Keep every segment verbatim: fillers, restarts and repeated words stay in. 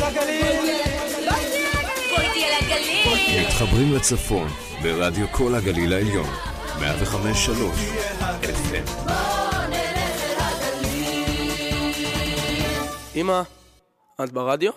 הגליל. בואי תהיה לגליל. מתחברים לצפון ברדיו כל הגליל העליון מאה וחמש שלוש אף אם. אמא, את ברדיו?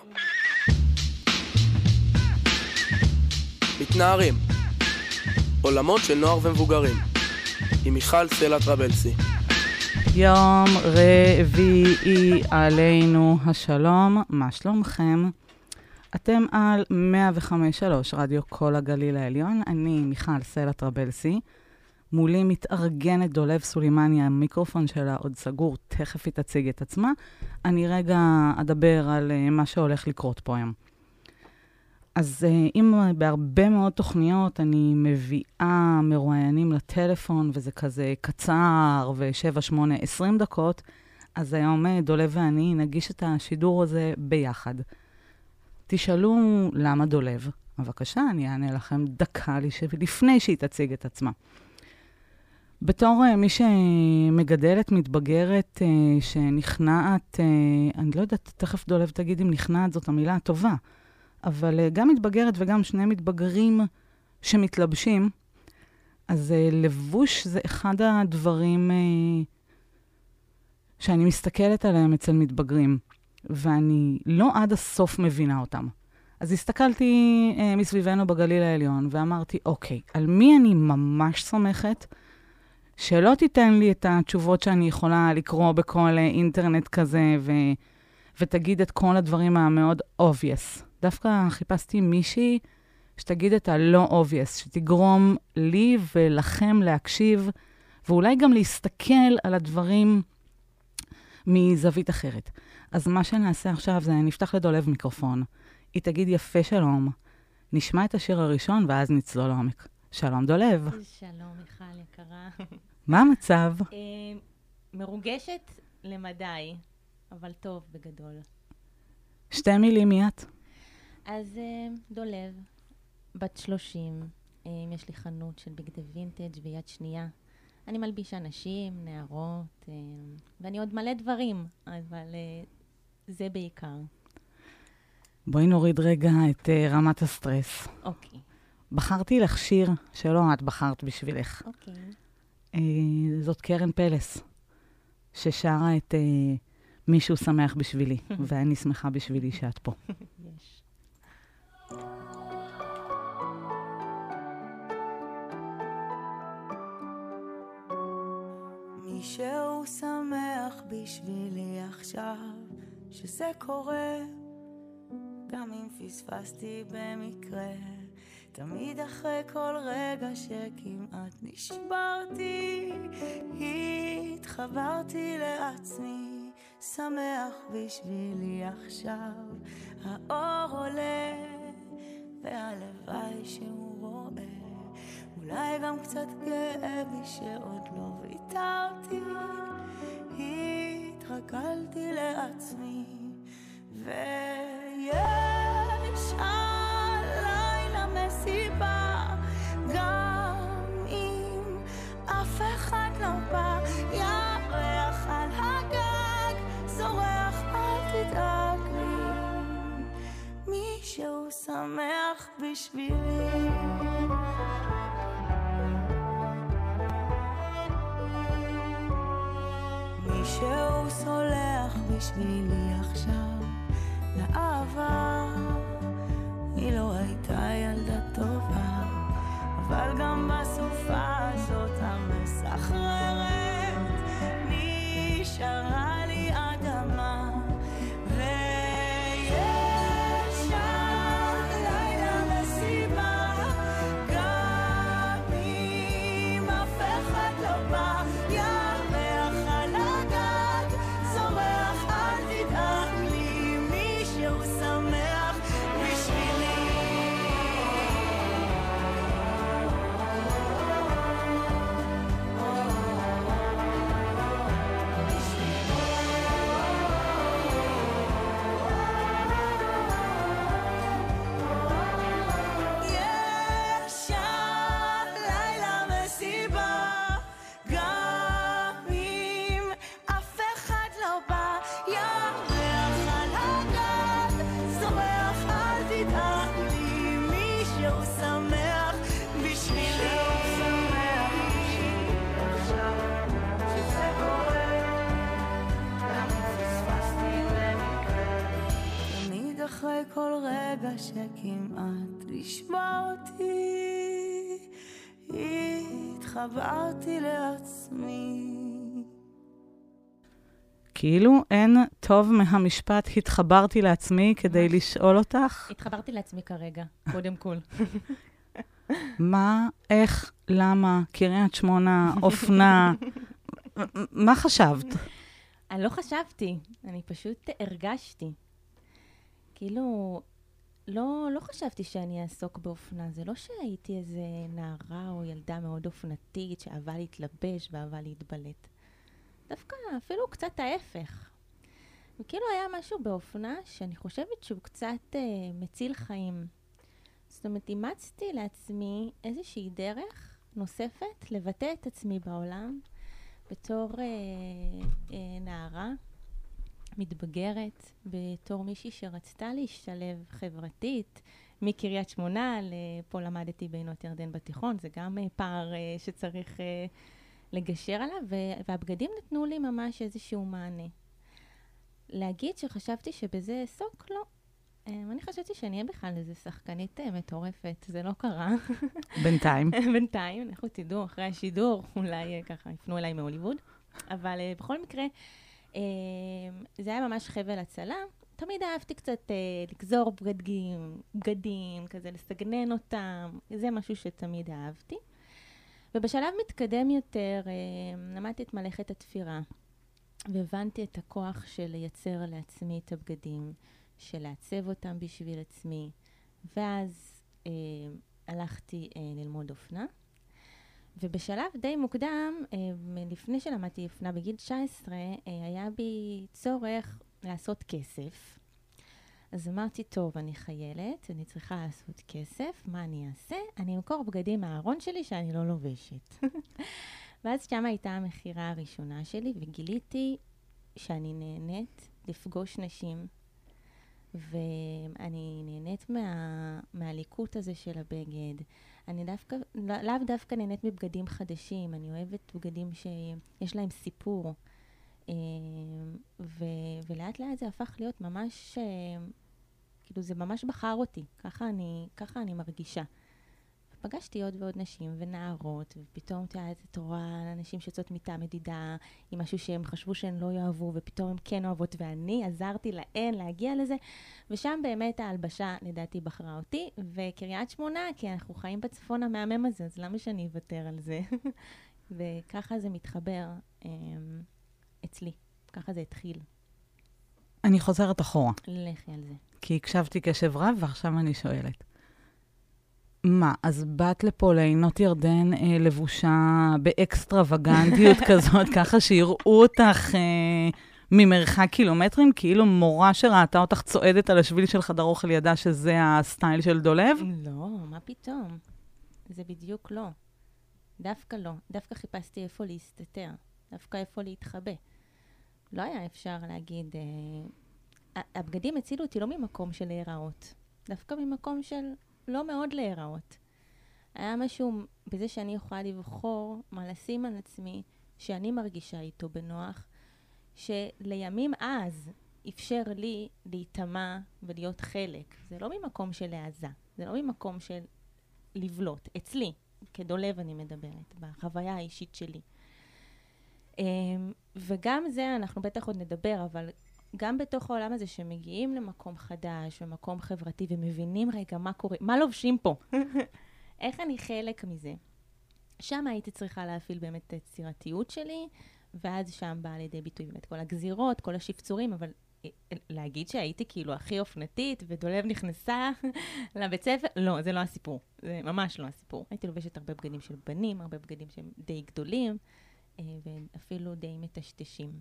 מתנערים, עולמות של נוער ומבוגרים, עם מיכל סלע טרבלסי. יום רביעי עלינו השלום, מה שלומכם? אתם על מאה וחמש שלוש רדיו כל הגליל העליון, אני מיכל סלע טרבלסי, מולי מתארגנת דולב סולימני, המיקרופון שלה עוד סגור, תכף היא תציג את עצמה. אני רגע אדבר על מה שהולך לקרות פה היום. אז אם בהרבה מאוד תוכניות אני מביאה מרואיינים לטלפון, וזה כזה קצר ו-שבע, שמונה, עשרים דקות, אז היום דולב ואני נגיש את השידור הזה ביחד. תשאלו למה דולב? בבקשה, אני אענה לכם דקה לפני שהיא תציג את עצמה. בתור מי שמגדלת, מתבגרת, שנכנעת, אני לא יודעת, תכף דולב תגיד אם נכנעת זאת המילה הטובה, אבל גם מתבגרת וגם שני מתבגרים שמתלבשים, אז לבוש זה אחד הדברים שאני מסתכלת עליהם אצל מתבגרים, ואני לא עד הסוף מבינה אותם. אז הסתכלתי מסביבנו בגליל העליון ואמרתי, אוקיי, על מי אני ממש סומכת? שלא תיתן לי את התשובות שאני יכולה לקרוא בכל אינטרנט כזה, ו... ותגיד את כל הדברים המאוד obvious. דווקא חיפשתי מישהי שתגיד את הלא obvious, שתגרום לי ולכם להקשיב, ואולי גם להסתכל על הדברים מזווית אחרת. אז מה שנעשה עכשיו זה נפתח לדולב מיקרופון. היא תגיד יפה שלום, נשמע את השיר הראשון ואז נצלול לעומק. שלום דולב. שלום מיכל יקרה. מה המצב? מרוגשת למדי, אבל טוב בגדול. שתי מילים מי את? אז דולב, בת שלושים, יש לי חנות של בגדי וינטג' ויד שנייה. אני מלבישה נשים, נערות, ואני עוד מלא דברים, אבל זה בעיקר. בואי נוריד רגע את רמת הסטרס. אוקיי. בחרתי לך שיר שלא את בחרת בשבילך. אוקיי. זאת קרן פלס, ששרה את מישהו שמח בשבילי, ואני שמחה בשבילי שאת פה. יש. מישהו שמח בשבילי עכשיו, שזה קורה, גם אם פספסתי במקרה, תמיד אחרי כל רגע שכמעט נשברתי, התחברתי לעצמי, שמח בשבילי עכשיו, האור עולה, והלוואי שהוא רואה, אולי גם קצת גאה בי שעוד לא ויתרתי, התרגלתי לעצמי, ויש הלילה מסיבה, גם אם אף אחד לא בא, ירח על הגג, זורח אל תדאג לי, מישהו שמח בשבילי. מישהו סולח בשבילי עכשיו, לאהבה היא לא הייתה ילדה טובה, אבל גם בסופה הזאת המסחררת נשארה לי אדמה, ויש הלילה מסיבה, גם אם אף אחד לא בא, ירח על הגג, זורח אל תדאג לי, רגע שכמעט לשמוע אותי, התחברתי לעצמי. כאילו אין טוב מהמשפט התחברתי לעצמי כדי לשאול אותך. התחברתי לעצמי כרגע, קודם כל. מה, איך, למה, קריית שמונה, אופנה, מה חשבת? אני לא חשבתי, אני פשוט הרגשתי. כאילו, לא, לא חשבתי שאני אעסוק באופנה. זה לא שהייתי איזה נערה או ילדה מאוד אופנתית שאהבה להתלבש ואהבה להתבלט. דווקא אפילו קצת ההפך. וכאילו היה משהו באופנה שאני חושבת שהוא קצת אה, מציל חיים. זאת אומרת, אימצתי לעצמי איזושהי דרך נוספת לבטא את עצמי בעולם בתור אה, אה, נערה, מתבגרת, בתור מישהי שרצתה להשתלב חברתית, מקריית שמונה לפה למדתי בעינות ירדן בתיכון, זה גם אה, פער אה, שצריך אה, לגשר עליו, והבגדים נתנו לי ממש איזשהו מענה. להגיד שחשבתי שבזה אעסוק, לא. אני חשבתי שאני אהיה בכלל איזו שחקנית מטורפת, זה לא קרה. בינתיים. בינתיים, אנחנו תדעו, אחרי השידור, אולי ככה יפנו אליי מהוליווד. אבל בכל מקרה, זה היה ממש חבל הצלה. תמיד אהבתי קצת לגזור בגדים, בגדים, כזה לסגנן אותם. זה משהו שתמיד אהבתי. ובשלב מתקדם יותר, למדתי את מלאכת התפירה, והבנתי את הכוח של לייצר לעצמי את הבגדים, של לעצב אותם בשביל עצמי, ואז אה, הלכתי אה, ללמוד אופנה. ובשלב די מוקדם, אה, לפני שלמדתי אופנה בגיל תשע עשרה, אה, היה בי צורך לעשות כסף. אז אמרתי, טוב, אני חיילת, אני צריכה לעשות כסף, מה אני אעשה? אני אמכור בגדים מהארון שלי שאני לא לובשת. ואז שם הייתה המחירה הראשונה שלי, וגיליתי שאני נהנית לפגוש נשים, ואני נהנית מה, מהליקוט הזה של הבגד. אני דווקא, לאו דווקא נהנית מבגדים חדשים, אני אוהבת בגדים שיש להם סיפור. ו, ולאט לאט זה הפך להיות ממש, כאילו זה ממש בחר אותי, ככה אני, ככה אני מרגישה. פגשתי עוד ועוד נשים ונערות, ופתאום את רואה אנשים שיוצאות מיטה מדידה עם משהו שהם חשבו שהן לא יאהבו, ופתאום הם כן אוהבות, ואני עזרתי להן להגיע לזה, ושם באמת ההלבשה לדעתי בחרה אותי, וקריית שמונה, כי אנחנו חיים בצפון המהמם הזה, אז למה שאני אוותר על זה? וככה זה מתחבר אמ, אצלי, ככה זה התחיל. אני חוזרת אחורה. לכי על זה. כי הקשבתי קשב רב, ועכשיו אני שואלת. מה, אז באת לפה לעינות ירדן אה, לבושה באקסטרווגנטיות כזאת, ככה שיראו אותך אה, ממרחק קילומטרים, כאילו מורה שראתה אותך צועדת על השביל של חדר אוכל ידע שזה הסטייל של דולב? לא, מה פתאום? זה בדיוק לא. דווקא לא. דווקא חיפשתי איפה להסתתר. דווקא איפה להתחבא. לא היה אפשר להגיד... אה, הבגדים הצילו אותי לא ממקום של להיראות. דווקא ממקום של... לא מאוד להיראות. היה משהו בזה שאני יכולה לבחור מה לשים על עצמי, שאני מרגישה איתו בנוח, שלימים אז אפשר לי להתאמה ולהיות חלק. זה לא ממקום של להעזה, זה לא ממקום של לבלוט. אצלי, כדולב אני מדברת, בחוויה האישית שלי. וגם זה אנחנו בטח עוד נדבר, אבל... גם בתוך העולם הזה שמגיעים למקום חדש, ומקום חברתי, ומבינים רגע מה קורה, מה לובשים פה? איך אני חלק מזה? שם הייתי צריכה להפעיל באמת את היצירתיות שלי, ואז שם באה לידי ביטוי באמת כל הגזירות, כל השפצורים, אבל להגיד שהייתי כאילו הכי אופנתית, ודולב נכנסה לבית ספר, לא, זה לא הסיפור. זה ממש לא הסיפור. הייתי לובשת הרבה בגדים של בנים, הרבה בגדים שהם די גדולים, ואפילו די מטשטשים.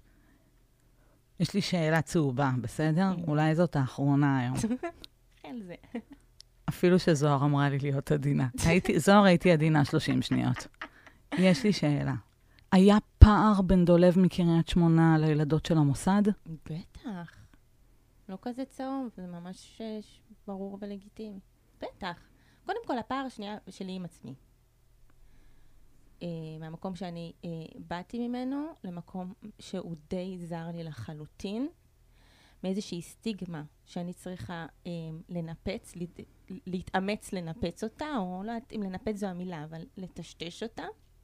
יש לי שאלה צהובה, בסדר? אולי זאת האחרונה היום. אל זה. אפילו שזוהר אמרה לי להיות עדינה. זוהר הייתי עדינה שלושים שניות. יש לי שאלה. היה פער בין דולב מקריית שמונה לילדות של המוסד? בטח. לא כזה צהוב, זה ממש ברור ולגיטימי. בטח. קודם כל, הפער השנייה שלי עם עצמי. Uh, מהמקום שאני uh, באתי ממנו למקום שהוא די זר לי לחלוטין, מאיזושהי סטיגמה שאני צריכה אה, לנפץ, להת, להתאמץ לנפץ אותה, או לא יודעת אם לנפץ זו המילה, אבל לטשטש אותה.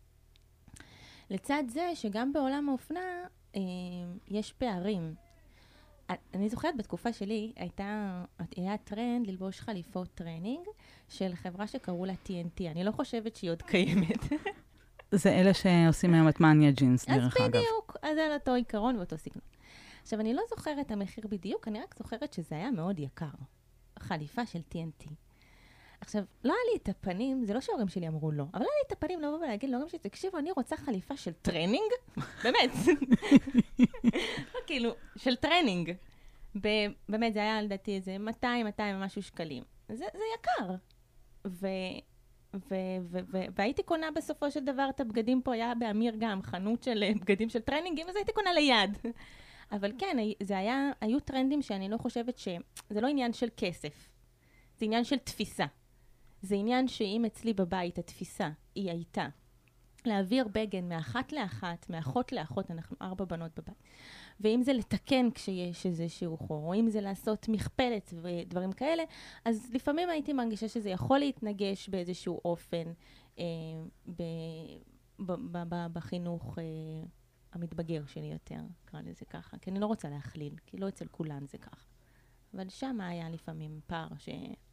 לצד זה שגם בעולם האופנה אה, יש פערים. אני זוכרת בתקופה שלי הייתה, היה טרנד ללבוש חליפות טרנינג של חברה שקראו לה טי אן טי. אני לא חושבת שהיא עוד קיימת. זה אלה שעושים היום את מניה ג'ינס, דרך אגב. אז בדיוק, אז זה על אותו עיקרון ואותו סגנון. עכשיו, אני לא זוכרת את המחיר בדיוק, אני רק זוכרת שזה היה מאוד יקר. חליפה של טי אן טי. עכשיו, לא היה לי את הפנים, זה לא שההורים שלי אמרו לא, אבל היה לי את הפנים לבוא ולהגיד להורים שלי, תקשיבו, אני רוצה חליפה של טרנינג, באמת. כאילו, של טרנינג. באמת, זה היה לדעתי איזה מאתיים, מאתיים ומשהו שקלים. זה, זה יקר. ו... ו- ו- ו- והייתי קונה בסופו של דבר את הבגדים פה, היה באמיר גם חנות של בגדים של טרנינגים, אז הייתי קונה ליד. אבל כן, זה היה, היו טרנדים שאני לא חושבת ש... זה לא עניין של כסף, זה עניין של תפיסה. זה עניין שאם אצלי בבית התפיסה היא הייתה להעביר בגד מאחת לאחת, מאחות לאחות, אנחנו ארבע בנות בבית. ואם זה לתקן כשיש איזשהו חור, או אם זה לעשות מכפלת ודברים כאלה, אז לפעמים הייתי מרגישה שזה יכול להתנגש באיזשהו אופן אה, ב, ב, ב, ב, בחינוך אה, המתבגר שלי יותר, קרא לזה ככה. כי אני לא רוצה להכליל, כי לא אצל כולן זה ככה. אבל שם היה לפעמים פער ש...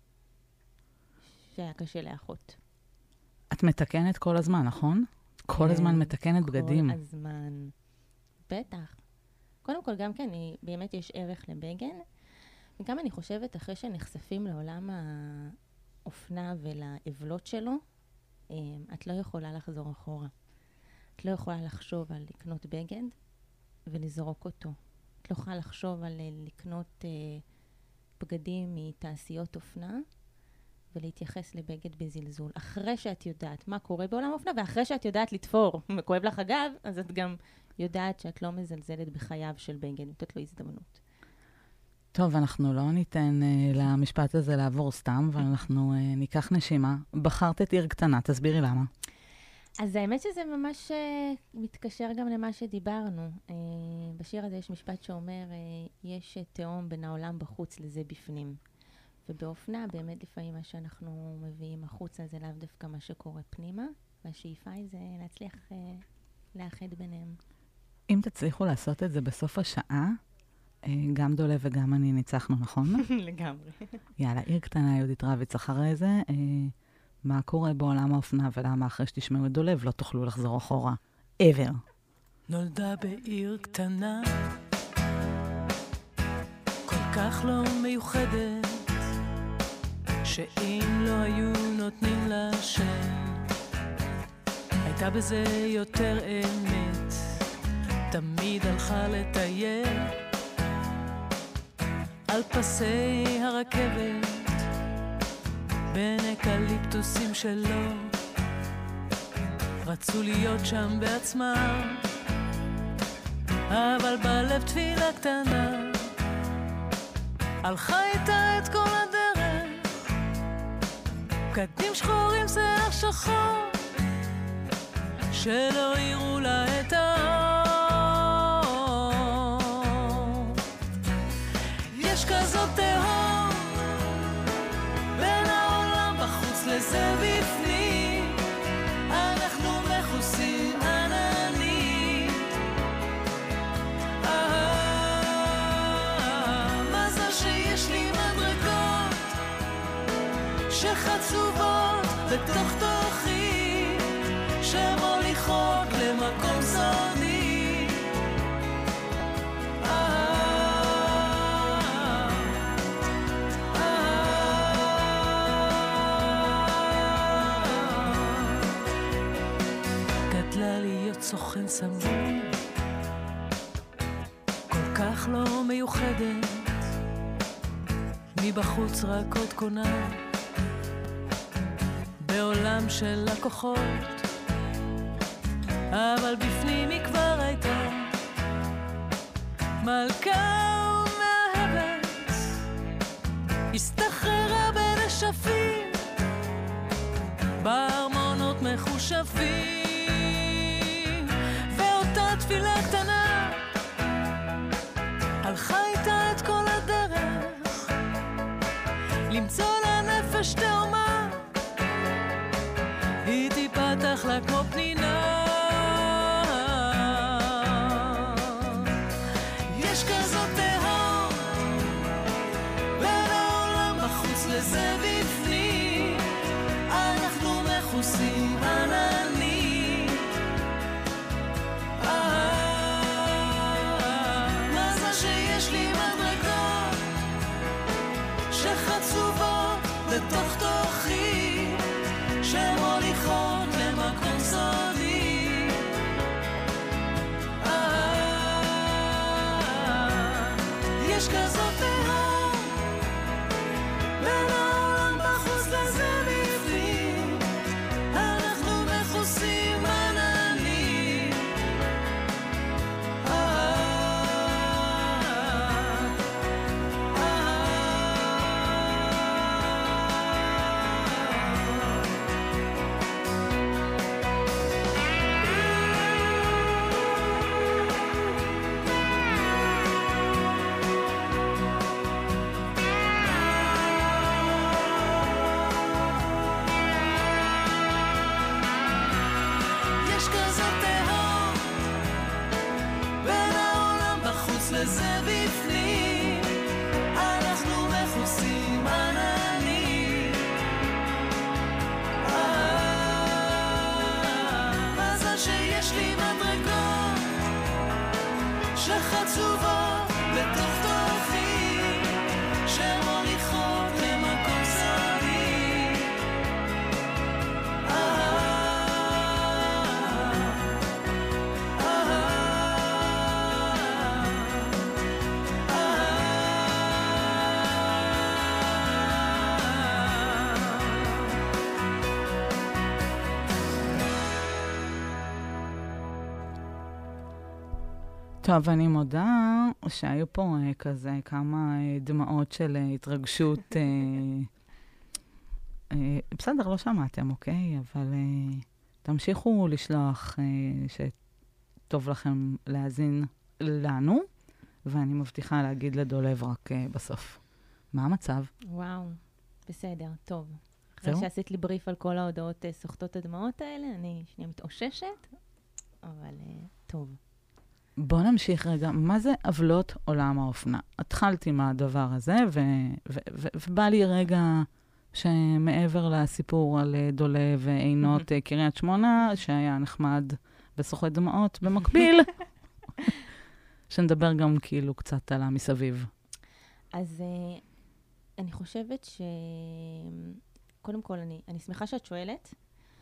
שהיה קשה לאחות. את מתקנת כל הזמן, נכון? כל הזמן מתקנת בגדים. כל הזמן. בטח. קודם כל, גם כן, אני, באמת יש ערך לבגן. וגם אני חושבת, אחרי שנחשפים לעולם האופנה ולעבלות שלו, את לא יכולה לחזור אחורה. את לא יכולה לחשוב על לקנות בגד ולזרוק אותו. את לא יכולה לחשוב על לקנות בגדים מתעשיות אופנה, ולהתייחס לבגד בזלזול. אחרי שאת יודעת מה קורה בעולם האופנה, ואחרי שאת יודעת לתפור, וכואב לך אגב, אז את גם יודעת שאת לא מזלזלת בחייו של בגד, נותנת לו הזדמנות. טוב, אנחנו לא ניתן uh, למשפט הזה לעבור סתם, אבל אנחנו uh, ניקח נשימה. בחרת את עיר קטנה, תסבירי למה. אז האמת שזה ממש uh, מתקשר גם למה שדיברנו. Uh, בשיר הזה יש משפט שאומר, uh, יש תאום בין העולם בחוץ לזה בפנים. ובאופנה, באמת לפעמים מה שאנחנו מביאים החוצה זה לאו דווקא מה שקורה פנימה, והשאיפה היא זה להצליח uh, לאחד ביניהם. אם תצליחו לעשות את זה בסוף השעה, uh, גם דולב וגם אני ניצחנו, נכון? לגמרי. יאללה, עיר קטנה, יהודית רביץ, אחרי זה, uh, מה קורה בעולם האופנה ולמה אחרי שתשמעו את דולב לא תוכלו לחזור אחורה. ever. נולדה בעיר קטנה, כל כך לא מיוחדת, שאם לא היו נותנים לה שם, הייתה בזה יותר אמת. תמיד הלכה לטייל על פסי הרכבת בין אקליפטוסים שלו, רצו להיות שם בעצמם, אבל בלב תפילה קטנה הלכה איתה את כל הדרך, בגדים שחורים שיער שחור שלא יראו לה את האור. יש כזאת תהום בין העולם בחוץ לזה בפנים, אנחנו מכוסים עננית. אה, מזל שיש לי מדרגות שחצובות בתוך תוכי, שמוליכות למקום סודי. גדלה להיות סוכן סמוי, כל כך לא מיוחדת, מבחוץ רק עוד קונה, בעולם של לקוחות, אבל בפנים היא כבר הייתה מלכה ומאהבת, הסתחררה בין השפים בארמונות מחושפים, ואותה תפילה קטנה הלכה איתה את כל ממש תאומה, היא תיפתח לה כמו פנינה. יש כזאת תהום בין העולם בחוץ לזה בפנים, אנחנו מכוסים עננים. מזל שיש לי מדרגות שחצובות בתוך תוכי, שמוליכות למקום סודי. יש כזאת תהום בין העולם בחוץ לזה בפנים, אנחנו מכוסים עננים. יש כזאת תהום בין העולם בחוץ לזה בפנים, אנחנו מכוסים עננים. מזל שיש לי מדרגות שחצובות בתוך תוכי, שמוליכות למקום סודי. טוב, אני מודה שהיו פה אה, כזה כמה אה, דמעות של אה, התרגשות. אה, אה, בסדר, לא שמעתם, אוקיי? אבל אה, תמשיכו לשלוח אה, שטוב לכם להאזין לנו, ואני מבטיחה להגיד לדולב רק אה, בסוף. מה המצב? וואו, בסדר, טוב. אחרי זהו? שעשית לי בריף על כל ההודעות אה, סוחטות הדמעות האלה, אני שנייה מתאוששת, אבל אה, טוב. בוא נמשיך רגע. מה זה עוולות עולם האופנה? התחלתי מהדבר הזה, ו- ו- ו- ובא לי רגע שמעבר לסיפור על אה, דולב ועינות אה, קריית שמונה, שהיה נחמד וסוחט דמעות במקביל, שנדבר גם כאילו קצת על המסביב. אז אה, אני חושבת ש... קודם כל, אני, אני שמחה שאת שואלת,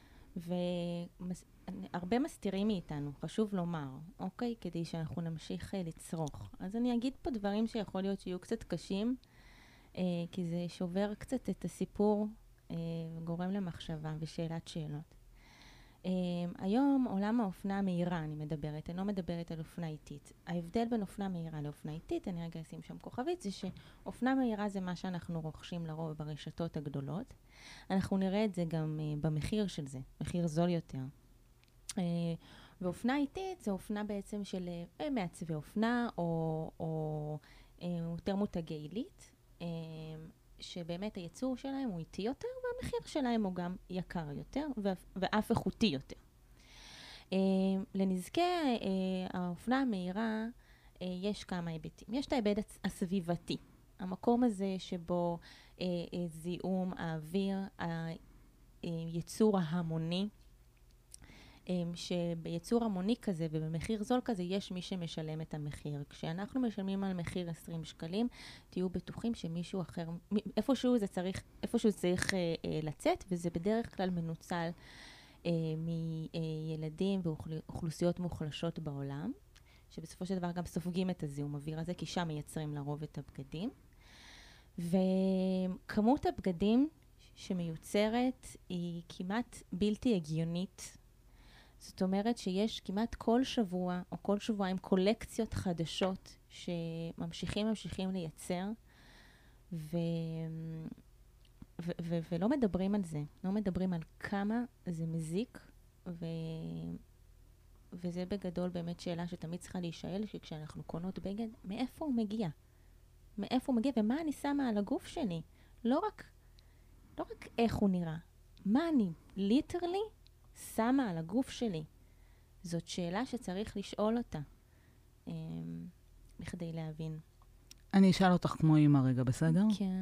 והרבה מסתירים מאיתנו, חשוב לומר, אוקיי? כדי שאנחנו נמשיך אה, לצרוך. אז אני אגיד פה דברים שיכול להיות שיהיו קצת קשים, אה, כי זה שובר קצת את הסיפור, אה, וגורם למחשבה ושאלת שאלות. אה, היום עולם האופנה המהירה, אני מדברת, אני לא מדברת על אופנה איטית. ההבדל בין אופנה מהירה לאופנה איטית, אני רגע אשים שם כוכבית, זה שאופנה מהירה זה מה שאנחנו רוכשים לרוב ברשתות הגדולות. אנחנו נראה את זה גם uh, במחיר של זה, מחיר זול יותר. Uh, ואופנה איטית זה אופנה בעצם של uh, מעצבי אופנה או, או uh, יותר מותגי עילית, uh, שבאמת הייצור שלהם הוא איטי יותר, והמחיר שלהם הוא גם יקר יותר ואף, ואף איכותי יותר. Uh, לנזקי uh, האופנה המהירה uh, יש כמה היבטים. יש את ההיבט הסביבתי. המקום הזה שבו אה, אה, זיהום האוויר, היצור ההמוני, אה, שביצור המוני כזה ובמחיר זול כזה יש מי שמשלם את המחיר. כשאנחנו משלמים על מחיר עשרים שקלים, תהיו בטוחים שמישהו אחר, איפשהו זה צריך, איפשהו זה צריך אה, אה, לצאת, וזה בדרך כלל מנוצל אה, מילדים ואוכלוסיות מוחלשות בעולם, שבסופו של דבר גם סופגים את הזיהום אוויר הזה, כי שם מייצרים לרוב את הבגדים. וכמות הבגדים שמיוצרת היא כמעט בלתי הגיונית. זאת אומרת שיש כמעט כל שבוע או כל שבועיים קולקציות חדשות שממשיכים ממשיכים לייצר, ו... ו- ו- ולא מדברים על זה. לא מדברים על כמה זה מזיק, ו... וזה בגדול באמת שאלה שתמיד צריכה להישאל, שכשאנחנו קונות בגד, מאיפה הוא מגיע? מאיפה הוא מגיע ומה אני שמה על הגוף שלי? לא רק, לא רק איך הוא נראה, מה אני ליטרלי שמה על הגוף שלי. זאת שאלה שצריך לשאול אותה, אה, בכדי להבין. אני אשאל אותך כמו אמא רגע, בסדר? כן.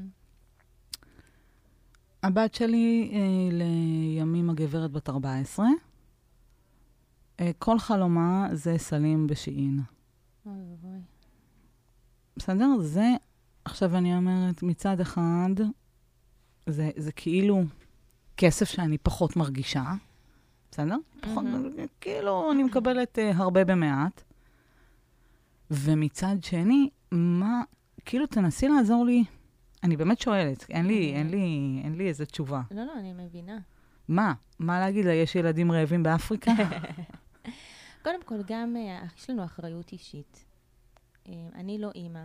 הבת שלי אה, לימים הגברת בת ארבע עשרה. אה, כל חלומה זה סלים בשיעין. אוי אוי. בסדר? זה, עכשיו אני אומרת, מצד אחד, זה, זה כאילו כסף שאני פחות מרגישה. בסדר? פחות, כאילו אני מקבלת אה, הרבה במעט. ומצד שני, מה, כאילו תנסי לעזור לי. אני באמת שואלת, אין לי, אין לי, אין לי איזה תשובה. לא, לא, אני מבינה. מה? מה להגיד לה? יש ילדים רעבים באפריקה? קודם כל, גם יש לנו אחריות אישית. אני לא אימא,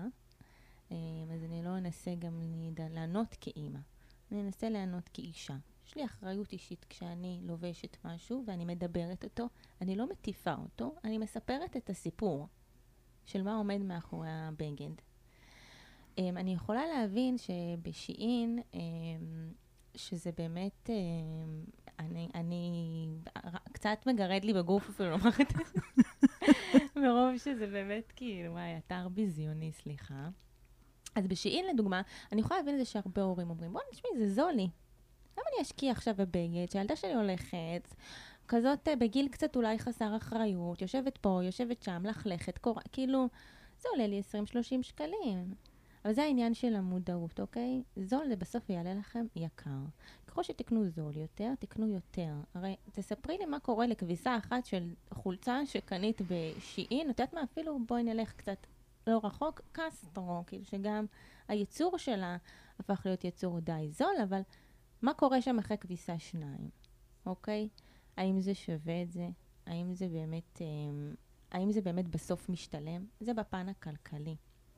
אז אני לא אנסה גם לענות כאימא. אני אנסה לענות כאישה. יש לי אחריות אישית כשאני לובשת משהו ואני מדברת אותו, אני לא מטיפה אותו, אני מספרת את הסיפור של מה עומד מאחורי הבגד. Um, אני יכולה להבין שבשיעין, um, שזה באמת, um, אני, אני, קצת מגרד לי בגוף אפילו לומר את זה, מרוב שזה באמת כאילו, וואי, אתר ביזיוני, סליחה. אז בשיעין, לדוגמה, אני יכולה להבין את זה שהרבה הורים אומרים, בוא נשמעי, זה זולי. למה אני אשקיע עכשיו בבגד, שהילדה שלי הולכת, כזאת בגיל קצת אולי חסר אחריות, יושבת פה, יושבת שם, לחלכת, קורא, כאילו, זה עולה לי עשרים שלושים שקלים. אבל זה העניין של המודעות, אוקיי? זול זה בסוף יעלה לכם יקר. ככל שתקנו זול יותר, תקנו יותר. הרי תספרי לי מה קורה לכביסה אחת של חולצה שקנית בשיעין, את יודעת מה? אפילו בואי נלך קצת לא רחוק, קסטרו, כאילו שגם הייצור שלה הפך להיות יצור די זול, אבל מה קורה שם אחרי כביסה שניים, אוקיי? האם זה שווה את זה? האם זה באמת, אה, האם זה באמת בסוף משתלם? זה בפן הכלכלי.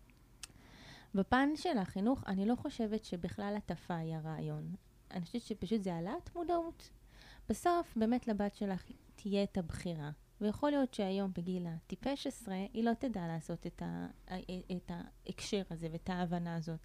בפן של החינוך, אני לא חושבת שבכלל הטפה היא הרעיון. אני חושבת שפשוט זה העלאת מודעות. בסוף, באמת לבת שלך תהיה את הבחירה. ויכול להיות שהיום בגיל הטיפש עשרה, היא לא תדע לעשות את, ה, את ההקשר הזה ואת ההבנה הזאת.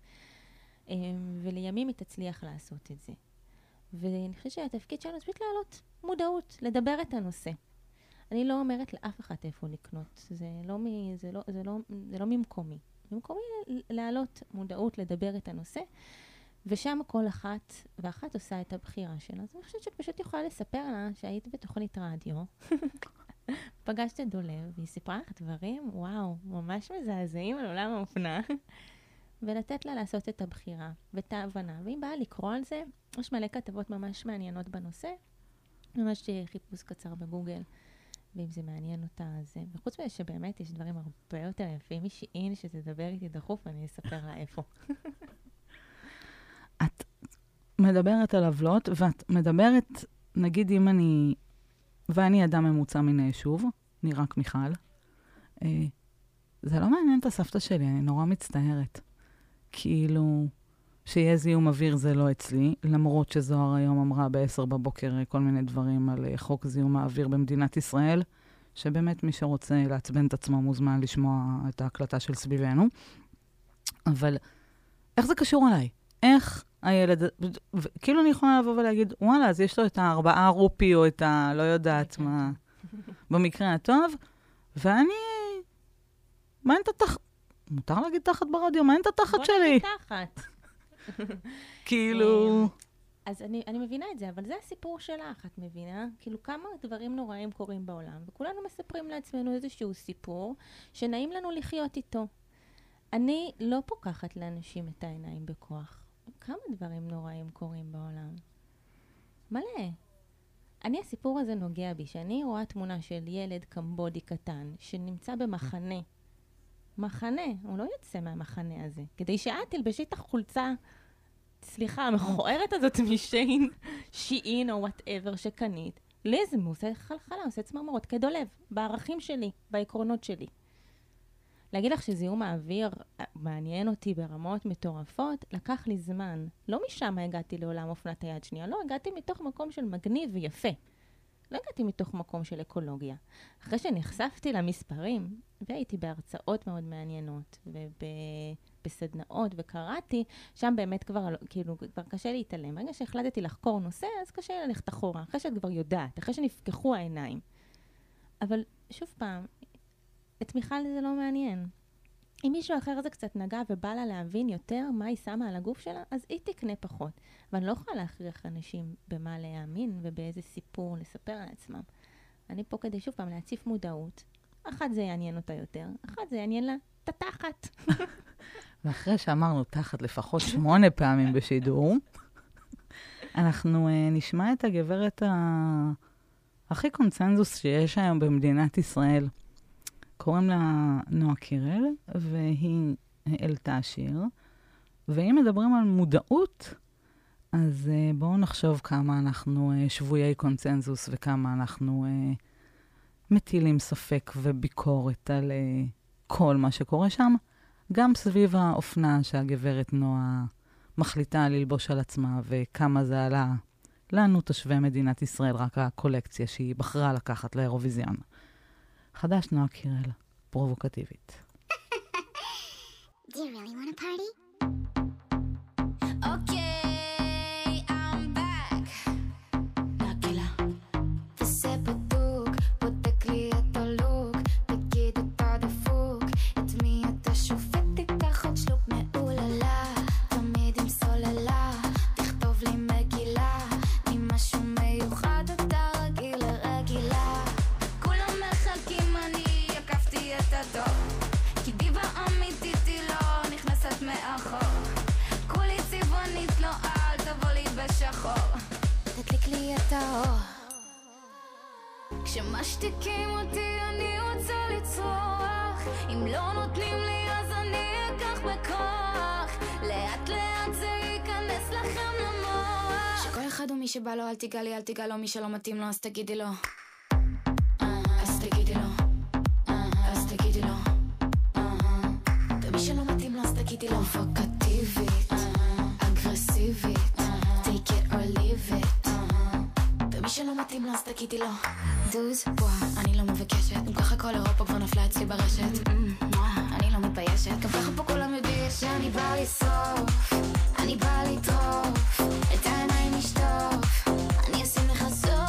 ולימים היא תצליח לעשות את זה. ואני חושבת שהתפקיד שלנו זה פשוט להעלות מודעות, לדבר את הנושא. אני לא אומרת לאף אחד איפה לקנות. זה לא, מ, זה לא, זה לא, זה לא ממקומי. במקומי להעלות מודעות, לדבר את הנושא, ושם כל אחת ואחת עושה את הבחירה שלה. אז אני חושבת שפשוט יכולה לספר לה שהיית בתוכנית רדיו, פגשת את דולב, והיא סיפרה לך דברים, וואו, ממש מזעזעים על עולם האופנה, ולתת לה לעשות את הבחירה ואת ההבנה. ואם באה לקרוא על זה, יש מלא כתבות ממש מעניינות בנושא, ממש חיפוש קצר בגוגל. ואם זה מעניין אותה, אז... וחוץ מזה שבאמת יש דברים הרבה יותר יפים משיעין, שתדבר איתי דחוף, אני אספר לה איפה. את מדברת על עוולות, ואת מדברת, נגיד אם אני... ואני אדם ממוצע מן היישוב, אני רק מיכל. אה, זה לא מעניין את הסבתא שלי, אני נורא מצטערת. כאילו, שיהיה זיהום אוויר זה לא אצלי, למרות שזוהר היום אמרה בעשר בבוקר כל מיני דברים על חוק זיהום האוויר במדינת ישראל, שבאמת מי שרוצה לעצבן את עצמו מוזמן לשמוע את ההקלטה של סביבנו. אבל איך זה קשור עליי? איך הילד... כאילו אני יכולה לבוא ולהגיד, וואלה, אז יש לו את הארבעה רופי או את ה... לא יודעת מה... במקרה הטוב, ואני... מה אין את התחת? מותר להגיד תחת ברדיו? מה אין את התחת שלי? בוא נגיד תחת. כאילו... אז אני, אני מבינה את זה, אבל זה הסיפור שלך, את מבינה? כאילו כמה דברים נוראים קורים בעולם, וכולנו מספרים לעצמנו איזשהו סיפור שנעים לנו לחיות איתו. אני לא פוקחת לאנשים את העיניים בכוח. כמה דברים נוראים קורים בעולם? מלא. אני, הסיפור הזה נוגע בי, שאני רואה תמונה של ילד קמבודי קטן, שנמצא במחנה. מחנה, הוא לא יוצא מהמחנה הזה. כדי שאת תלבשי את החולצה, סליחה, המכוערת הזאת משיין, שיעין או whatever שקנית, לי זה עושה חלחלה, עושה צמרמורות, כדולב, בערכים שלי, בעקרונות שלי. להגיד לך שזיהום האוויר מעניין אותי ברמות מטורפות, לקח לי זמן. לא משם הגעתי לעולם אופנת היד שנייה, לא, הגעתי מתוך מקום של מגניב ויפה. לא הגעתי מתוך מקום של אקולוגיה. אחרי שנחשפתי למספרים, והייתי בהרצאות מאוד מעניינות, בסדנאות וקראתי, שם באמת כבר, כאילו, כבר קשה להתעלם. ברגע שהחלטתי לחקור נושא, אז קשה ללכת אחורה, אחרי שאת כבר יודעת, אחרי שנפקחו העיניים. אבל שוב פעם, את מיכל זה לא מעניין. אם מישהו אחר זה קצת נגע ובא לה להבין יותר מה היא שמה על הגוף שלה, אז היא תקנה פחות. ואני לא יכולה להכריח אנשים במה להאמין ובאיזה סיפור לספר על עצמם. אני פה כדי שוב פעם להציף מודעות. אחת זה יעניין אותה יותר, אחת זה יעניין לה את התחת. ואחרי שאמרנו תחת לפחות שמונה פעמים בשידור, אנחנו uh, נשמע את הגברת ה... הכי קונצנזוס שיש היום במדינת ישראל. קוראים לה נועה קירל, והיא העלתה שיר. ואם מדברים על מודעות, אז uh, בואו נחשוב כמה אנחנו uh, שבויי קונצנזוס, וכמה אנחנו uh, מטילים ספק וביקורת על uh, כל מה שקורה שם. גם סביב האופנה שהגברת נועה מחליטה ללבוש על עצמה, וכמה זה עלה לנו, תושבי מדינת ישראל, רק הקולקציה שהיא בחרה לקחת לאירוויזיון. חדש נועה קירל, פרובוקטיבית. Do you really want a party? Okay, I'm back. Nakila. Você בדוק, בודק לי את הלוק, תגיד אתה דפוק, את מי אתה שופט, תיקח עוד שלוק מעוללה, תמיד עם סוללה, תכתוב לי מגילה, עם משהו מיוחד אתה רגיל לרגילה, כולם מחכים אני עקפתי את הדור, כי דיבה אמיתית היא לא נכנסת מאחור, כולי צבעונית לא אל תבוא לי בשחור, תדליק לי את האור, כשמשתיקים אותי אני רוצה לצרוח, אם לא נותנים לי אז אני אקח בכוח, לאט לאט זה ייכנס לכם למוח, שכל אחד הוא מי שבא לו, אל תיגע לי, אל תיגע לו, מי שלא מתאים לו אז תגידי לו, אז תגידי לו, אז תגידי לו, ומי שלא מתאים לו אז תגידי לו, פרובוקטיבית, אגרסיבית, take it or leave it, ומי שלא מתאים לו אז תגידי לו, דוז, וואה, אני לא מבקשת, אם ככה כל אירופה כבר נפלה אצלי ברשת, אני לא מתביישת, גם ככה פה כולם יודעים שאני בא לשרוף, אני בא לטרוף, את העיניים לשטוף, אני אשים לך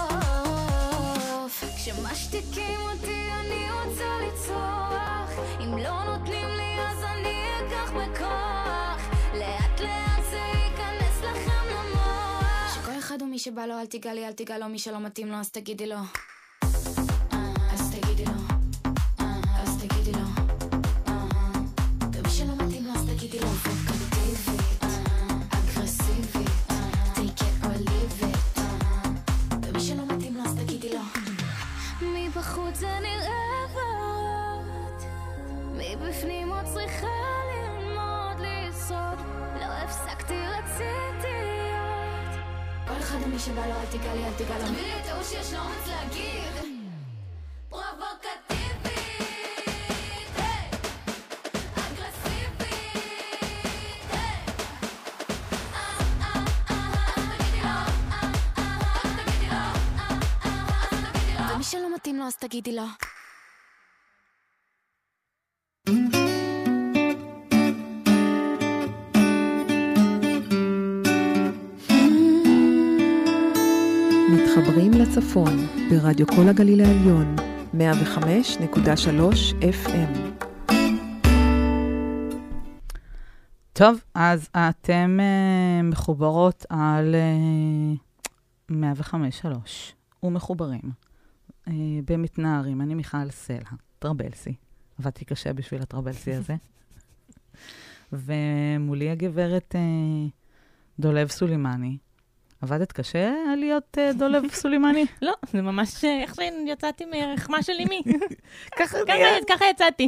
סוף, כשמשתיקים אותי אני רוצה לצרוח, אם לא נותנים לי אז אני אקח בכוח, לאט לאט זה ייכנס לכם למוח, שכל אחד הוא מי שבא לו, אל תיגע לי, אל תיגע לו, מי שלא מתאים לו אז תגידי לו, אז תגידי לו, אז תגידי לו, ומי שלא מתאים לו אז תגידי לו, פרובוקטיבית, אגרסיבית, take it or leave it, ומי שלא מתאים לו אז תגידי לו, מבחוץ זה נראה ורוד, מבפנים עוד צריכה ללמוד לשרוד, לא הפסקתי רציתי להיות, כל אחד הוא מי שבא לו, אל תיגע לי, אל תיגע לו, תמיד את ההוא שיש לו אומץ להגיד, פרובוקטיבית, היי, אגרסיבית, היי, אה, אה, אה, תגידי לו, אה, אה, תגידי לו, אה, אה, תגידי לו, ומי שלא מתאים לו אז תגידי לו. מתחברים לצפון ברדיו כל הגליל העליון מאה וחמש נקודה שלוש אף אם. טוב, אז אתם uh, מחוברות על uh, מאה וחמש נקודה שלוש ומחוברים uh, במתנערים. אני מיכל סלע, טרבלסי. עבדתי קשה בשביל הטרבלסי הזה. ומולי הגברת uh, דולב סולימני. עבדת קשה להיות uh, דולב סולימני? לא, זה ממש איך שיצאתי מרחמה של אמי. ככה ככה יצאתי.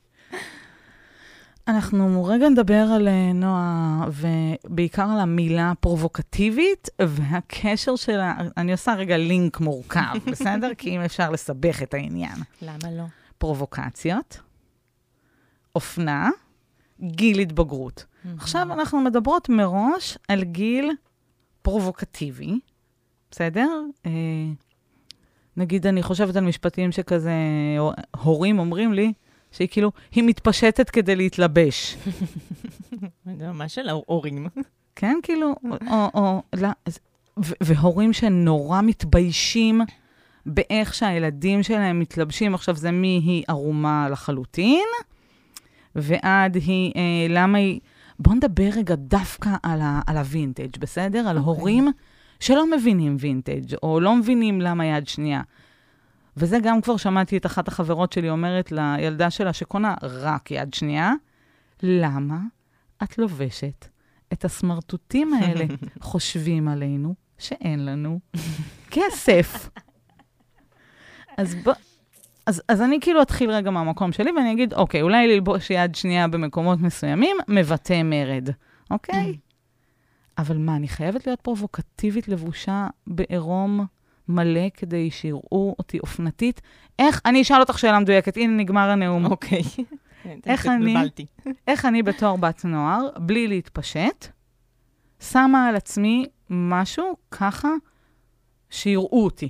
אנחנו רגע נדבר על נועה, ובעיקר על המילה פרובוקטיבית, והקשר שלה, אני עושה רגע לינק מורכב, בסדר? כי אם אפשר לסבך את העניין. למה לא? פרובוקציות, אופנה, גיל התבגרות. עכשיו אנחנו מדברות מראש על גיל פרובוקטיבי, בסדר? אה, נגיד, אני חושבת על משפטים שכזה, הורים אומרים לי, שהיא כאילו, היא מתפשטת כדי להתלבש. זה ממש של ההורים. כן, כאילו, או, או, לא, ו- והורים שנורא מתביישים באיך שהילדים שלהם מתלבשים. עכשיו, זה מי היא ערומה לחלוטין, ועד היא, אה, למה היא... בואו נדבר רגע דווקא על, ה- על הווינטג', בסדר? על okay. הורים שלא מבינים וינטג', או לא מבינים למה יד שנייה. וזה גם כבר שמעתי את אחת החברות שלי אומרת לילדה שלה שקונה רק יד שנייה, למה את לובשת את הסמרטוטים האלה? חושבים עלינו שאין לנו כסף. אז, ב... אז, אז אני כאילו אתחיל רגע מהמקום שלי, ואני אגיד, אוקיי, אולי ללבוש יד שנייה במקומות מסוימים, מבטא מרד, אוקיי? אבל מה, אני חייבת להיות פרובוקטיבית לבושה בעירום מלא כדי שיראו אותי אופנתית? איך, אני אשאל אותך שאלה מדויקת, הנה נגמר הנאום. אוקיי. איך אני, איך אני בתור בת נוער, בלי להתפשט, שמה על עצמי משהו ככה שיראו אותי.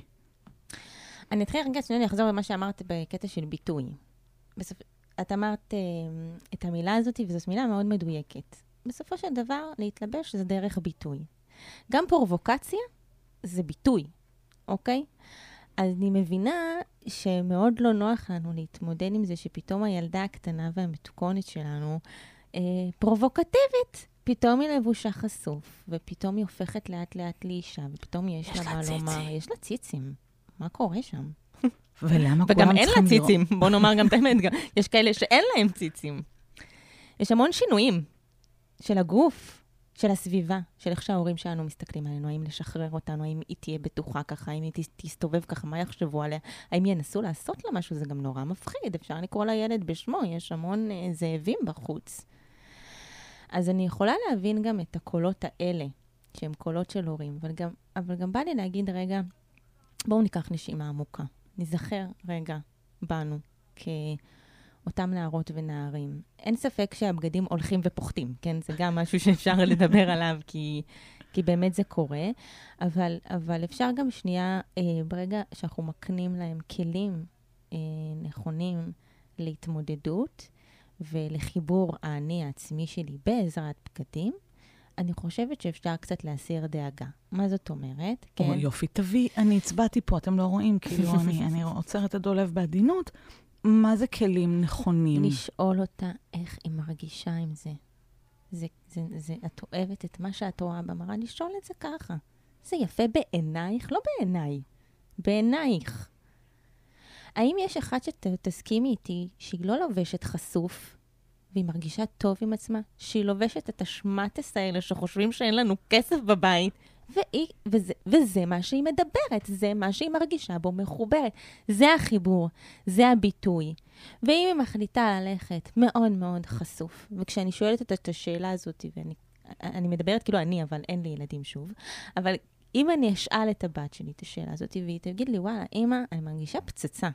אני אתחיל רגע, שאני אחזור למה שאמרת בקטע של ביטוי. בסופ... את אמרת אה, את המילה הזאת, וזאת מילה מאוד מדויקת. בסופו של דבר, להתלבש זה דרך ביטוי. גם פרובוקציה זה ביטוי, אוקיי? אז אני מבינה שמאוד לא נוח לנו להתמודד עם זה שפתאום הילדה הקטנה והמתוקונת שלנו אה, פרובוקטיבית. פתאום היא לבושה חשוף, ופתאום היא הופכת לאט לאט לאישה, ופתאום יש, יש לה מה לומר. יש לה ציצים. מה קורה שם? ולמה וגם אין לה ציצים. בוא נאמר גם את האמת, יש כאלה שאין להם ציצים. יש המון שינויים של הגוף, של הסביבה, של איך שההורים שלנו מסתכלים עלינו, האם לשחרר אותנו, האם היא תהיה בטוחה ככה, האם היא תסתובב ככה, מה יחשבו עליה, האם ינסו לעשות לה משהו, זה גם נורא מפחיד, אפשר לקרוא לילד בשמו, יש המון אה, זאבים בחוץ. אז אני יכולה להבין גם את הקולות האלה, שהם קולות של הורים, אבל גם, אבל גם בא לי להגיד רגע, בואו ניקח נשימה עמוקה. נזכר רגע בנו כאותם נערות ונערים. אין ספק שהבגדים הולכים ופוחתים, כן? זה גם משהו שאפשר לדבר עליו, כי, כי באמת זה קורה. אבל, אבל אפשר גם שנייה, אה, ברגע שאנחנו מקנים להם כלים אה, נכונים להתמודדות ולחיבור האני העצמי שלי בעזרת בגדים, אני חושבת שאפשר קצת להסיר דאגה. מה זאת אומרת? או, כן. יופי, תביא, אני הצבעתי פה, אתם לא רואים, כאילו אני, אני עוצרת את הדולב בעדינות. מה זה כלים נכונים? לשאול אותה איך היא מרגישה עם זה. זה, זה, זה, את אוהבת את מה שאת רואה במראה, לשאול את זה ככה. זה יפה בעינייך? לא בעיניי. בעינייך. האם יש אחד שתסכימי איתי שהיא לא לובשת חשוף, והיא מרגישה טוב עם עצמה, שהיא לובשת את השמטס האלה שחושבים שאין לנו כסף בבית, והיא, וזה, וזה מה שהיא מדברת, זה מה שהיא מרגישה בו מחוברת. זה החיבור, זה הביטוי. ואם היא מחליטה ללכת מאוד מאוד חשוף, וכשאני שואלת אותה את השאלה הזאת, ואני אני מדברת כאילו אני, אבל אין לי ילדים שוב, אבל אם אני אשאל את הבת שלי את השאלה הזאת, והיא תגיד לי, וואלה, אמא, אני מרגישה פצצה.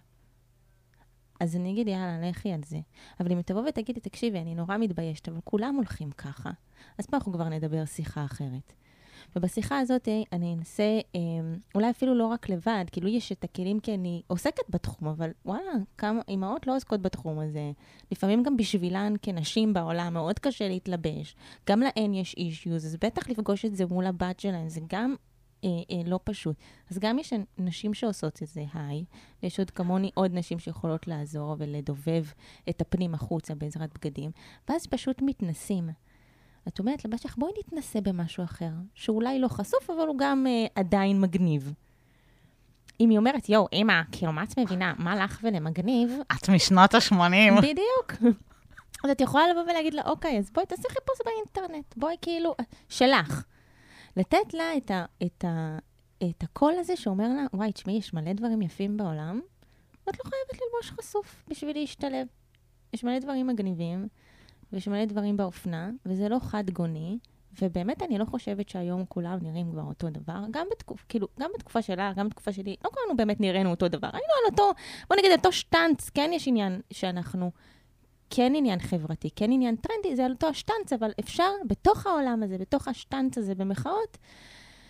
אז אני אגיד, יאללה, לכי על זה. אבל אם תבוא ותגיד, תקשיבי, אני נורא מתביישת, אבל כולם הולכים ככה. אז פה אנחנו כבר נדבר שיחה אחרת. ובשיחה הזאת אני אנסה, אולי אפילו לא רק לבד, כאילו יש את הכלים כי אני עוסקת בתחום, אבל וואלה, כמה אמהות לא עוסקות בתחום הזה. לפעמים גם בשבילן כנשים בעולם מאוד קשה להתלבש. גם להן יש אישיוז, אז בטח לפגוש את זה מול הבת שלהן, זה גם אה, אה, לא פשוט. אז גם יש נשים שעושות את זה, היי, ויש עוד כמוני עוד נשים שיכולות לעזור ולדובב את הפנים החוצה בעזרת בגדים, ואז פשוט מתנסים. את אומרת לבת שלך, בואי נתנסה במשהו אחר, שאולי לא חשוף, אבל הוא גם אה, עדיין מגניב. אם היא אומרת, יו, אמא, כאילו, מה את מבינה? מה לך ולמגניב? את משנות ה-שמונים. בדיוק. אז את יכולה לבוא ולהגיד לה, אוקיי, אז בואי תעשי חיפוש באינטרנט. בואי כאילו, שלך. לתת לה את, ה, את, ה, את הקול הזה שאומר לה, וואי, תשמעי, יש מלא דברים יפים בעולם, ואת לא חייבת ללבוש חשוף בשביל להשתלב. יש מלא דברים מגניבים, ויש מלא דברים באופנה, וזה לא חד גוני, ובאמת אני לא חושבת שהיום כולם נראים כבר אותו דבר, גם בתקופה, כאילו, גם בתקופה שלה, גם בתקופה שלי, לא כולנו באמת נראינו אותו דבר. היינו על אותו, בוא נגיד, אותו שטנץ, כן יש עניין שאנחנו, כן עניין חברתי, כן עניין טרנדי, זה על אותו השטנץ, אבל אפשר בתוך העולם הזה, בתוך השטנץ הזה במחאות,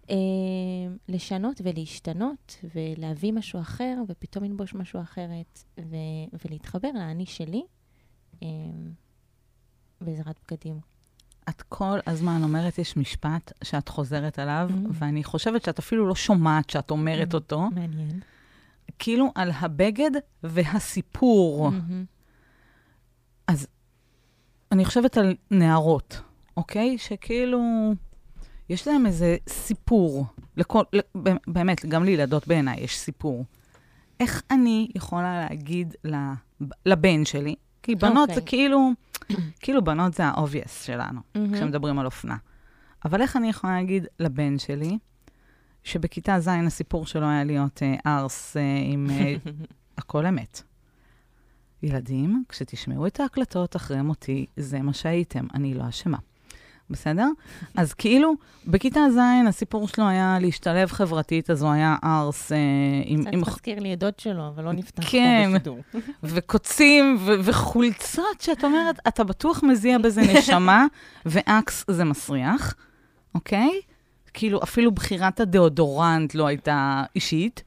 אה, לשנות ולהשתנות, ולהביא משהו אחר, ופתאום לנבוש משהו אחרת, ו- ולהתחבר לאני שלי, אה, בעזרת בגדים. את כל הזמן אומרת, יש משפט שאת חוזרת עליו, Mm-hmm. ואני חושבת שאת אפילו לא שומעת שאת אומרת Mm-hmm. אותו, מעניין. כאילו על הבגד והסיפור. Mm-hmm. אז אני חושבת על נערות, אוקיי? שכאילו, יש להם איזה סיפור. לכל, באמת, גם לילדות בעיניי יש סיפור. איך אני יכולה להגיד לבן שלי, כי בנות okay. זה כאילו, כאילו בנות זה ה-obvious שלנו, mm-hmm. כשמדברים על אופנה. אבל איך אני יכולה להגיד לבן שלי, שבכיתה ז' הסיפור שלו היה להיות uh, ארס uh, עם uh, הכל אמת. ילדים, כשתשמעו את ההקלטות אחרי מותי, זה מה שהייתם, אני לא אשמה. בסדר? אז כאילו, בכיתה ז' הסיפור שלו היה להשתלב חברתית, אז הוא היה ארס. קצת מזכיר לי עדות שלו, אבל לא נפתח פה בשידור. וקוצים וחולצות, שאת אומרת, אתה בטוח מזיע בזה נשמה, ואקס זה מסריח, אוקיי? כאילו, אפילו בחירת הדאודורנט לא הייתה אישית.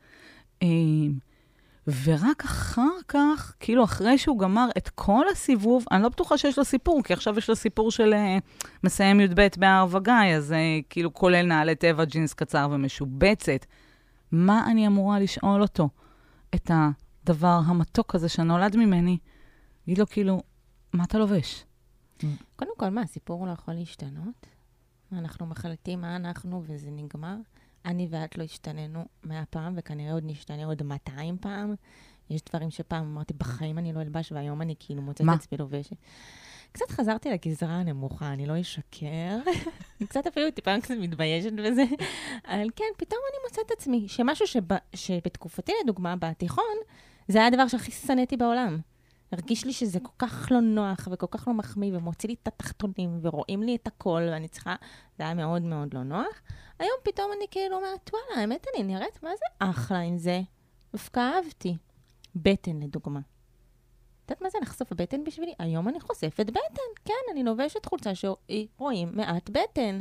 ורק אחר כך, כאילו אחרי שהוא גמר את כל הסיבוב, אני לא בטוחה שיש לו סיפור, כי עכשיו יש לו סיפור של uh, מסיים י"ב בהר וגיא, אז uh, כאילו כולל נעלי טבע, ג'ינס קצר ומשובצת. מה אני אמורה לשאול אותו? את הדבר המתוק הזה שנולד ממני,גיד לו כאילו, מה אתה לובש? קודם כל, מה, הסיפור לא יכול להשתנות? אנחנו מחלטים מה אנחנו וזה נגמר. אני ואת לא השתננו מאה פעם, וכנראה עוד נשתנה עוד מאתיים פעם. יש דברים שפעם אמרתי, בחיים אני לא אלבש, והיום אני כאילו מוצאת את עצמי לובשת. קצת חזרתי לגזרה הנמוכה, אני לא אשקר. קצת אפילו טיפה קצת מתביישת בזה. אבל כן, פתאום אני מוצאת את עצמי, שמשהו שבא, שבתקופתי לדוגמה, בתיכון, זה היה הדבר שהכי שנאתי בעולם. הרגיש לי שזה כל כך לא נוח וכל כך לא מחמיא, ומוציא לי את התחתונים, ורואים לי את הכל, ואני צריכה, זה היה מאוד מאוד לא נוח. היום פתאום אני כאילו אומרת, וואלה, האמת אני נראית, מה זה אחלה עם זה? דווקא אהבתי. בטן לדוגמה. יודעת מה זה לחשוף בטן בשבילי? היום אני חושפת בטן. כן, אני לובשת חולצה שרואים מעט בטן.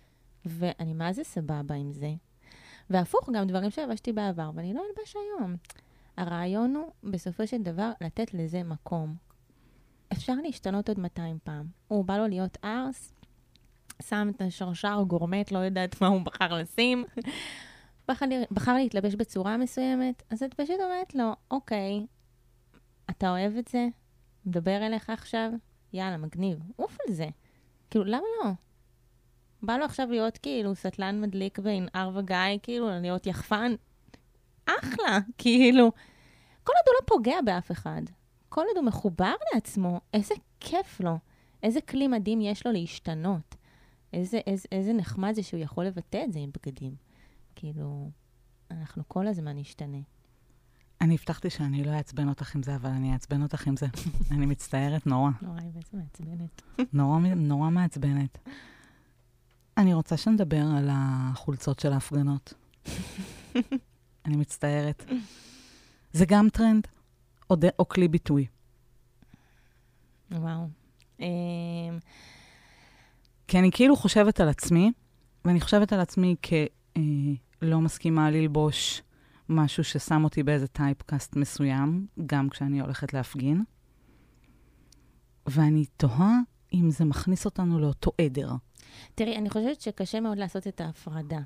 ואני מה זה סבבה עם זה? והפוך, גם דברים שהבשתי בעבר, ואני לא אלבש היום. הרעיון הוא, בסופו של דבר, לתת לזה מקום. אפשר להשתנות עוד מאתיים פעם. הוא בא לו להיות ארס, שם את השרשר גורמט, לא יודעת מה הוא בחר לשים, בחר, בחר להתלבש בצורה מסוימת, אז את פשוט אומרת לו, אוקיי, אתה אוהב את זה? מדבר אליך עכשיו? יאללה, מגניב. אוף על זה. כאילו, למה לא? בא לו עכשיו להיות כאילו סטלן מדליק בין אר וגיא, כאילו, להיות יחפן. אחלה, כאילו. כל עוד הוא לא פוגע באף אחד. כל עוד הוא מחובר לעצמו, איזה כיף לו. איזה כלי מדהים יש לו להשתנות. איזה, איזה, איזה נחמד זה שהוא יכול לבטא את זה עם בגדים. כאילו, אנחנו כל הזמן נשתנה. אני הבטחתי שאני לא אעצבן אותך עם זה, אבל אני אעצבן אותך עם זה. אני מצטערת נורא. נורא, היא בעצם מעצבנת. נורא, נורא מעצבנת. אני רוצה שנדבר על החולצות של ההפגנות. אני מצטערת. זה גם טרנד, או, ד... או כלי ביטוי. וואו. כי אני כאילו חושבת על עצמי, ואני חושבת על עצמי כלא מסכימה ללבוש משהו ששם אותי באיזה טייפקאסט מסוים, גם כשאני הולכת להפגין. ואני תוהה אם זה מכניס אותנו לאותו עדר. תראי, אני חושבת שקשה מאוד לעשות את ההפרדה.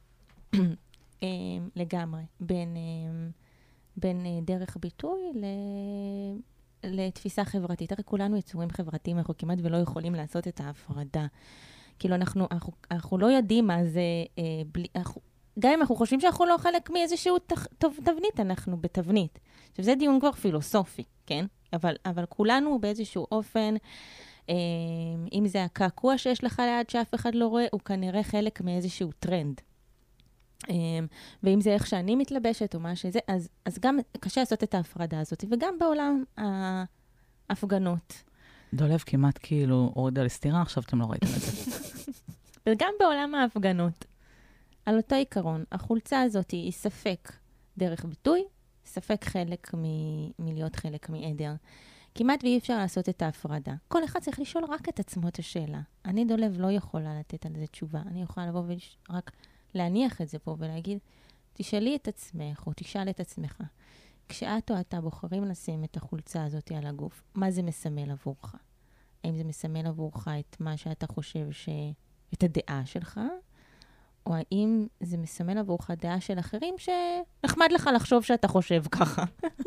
לגמרי. בין, בין דרך ביטוי ל... לתפיסה חברתית. הרי כולנו יצורים חברתיים, אנחנו כמעט ולא יכולים לעשות את ההפרדה. כאילו אנחנו, אנחנו, אנחנו לא יודעים מה זה, אה, בלי, אנחנו, גם אם אנחנו חושבים שאנחנו לא חלק מאיזשהו תח, טוב, תבנית, אנחנו בתבנית. עכשיו, זה דיון כבר פילוסופי, כן? אבל, אבל כולנו באיזשהו אופן, אה, אם זה הקעקוע שיש לך ליד שאף אחד לא רואה, הוא כנראה חלק מאיזשהו טרנד. אה, ואם זה איך שאני מתלבשת או מה שזה, אז, אז גם קשה לעשות את ההפרדה הזאת, וגם בעולם ההפגנות. דולב כמעט כאילו הורידה לסתירה, עכשיו אתם לא ראיתם את זה. וגם בעולם ההפגנות, על אותו עיקרון, החולצה הזאת היא ספק דרך ביטוי, ספק חלק מ- מלהיות חלק מעדר. כמעט ואי אפשר לעשות את ההפרדה. כל אחד צריך לשאול רק את עצמו את השאלה. אני דולב לא יכולה לתת על זה תשובה. אני יכולה לבוא ורק להניח את זה פה ולהגיד, תשאלי את עצמך, או תשאל את עצמך, כשאת או אתה בוחרים לשים את החולצה הזאת על הגוף, מה זה מסמל עבורך? האם זה מסמל עבורך את מה שאתה חושב ש... את הדעה שלך, או האם זה מסמל עבורך דעה של אחרים שנחמד לך לחשוב שאתה חושב ככה?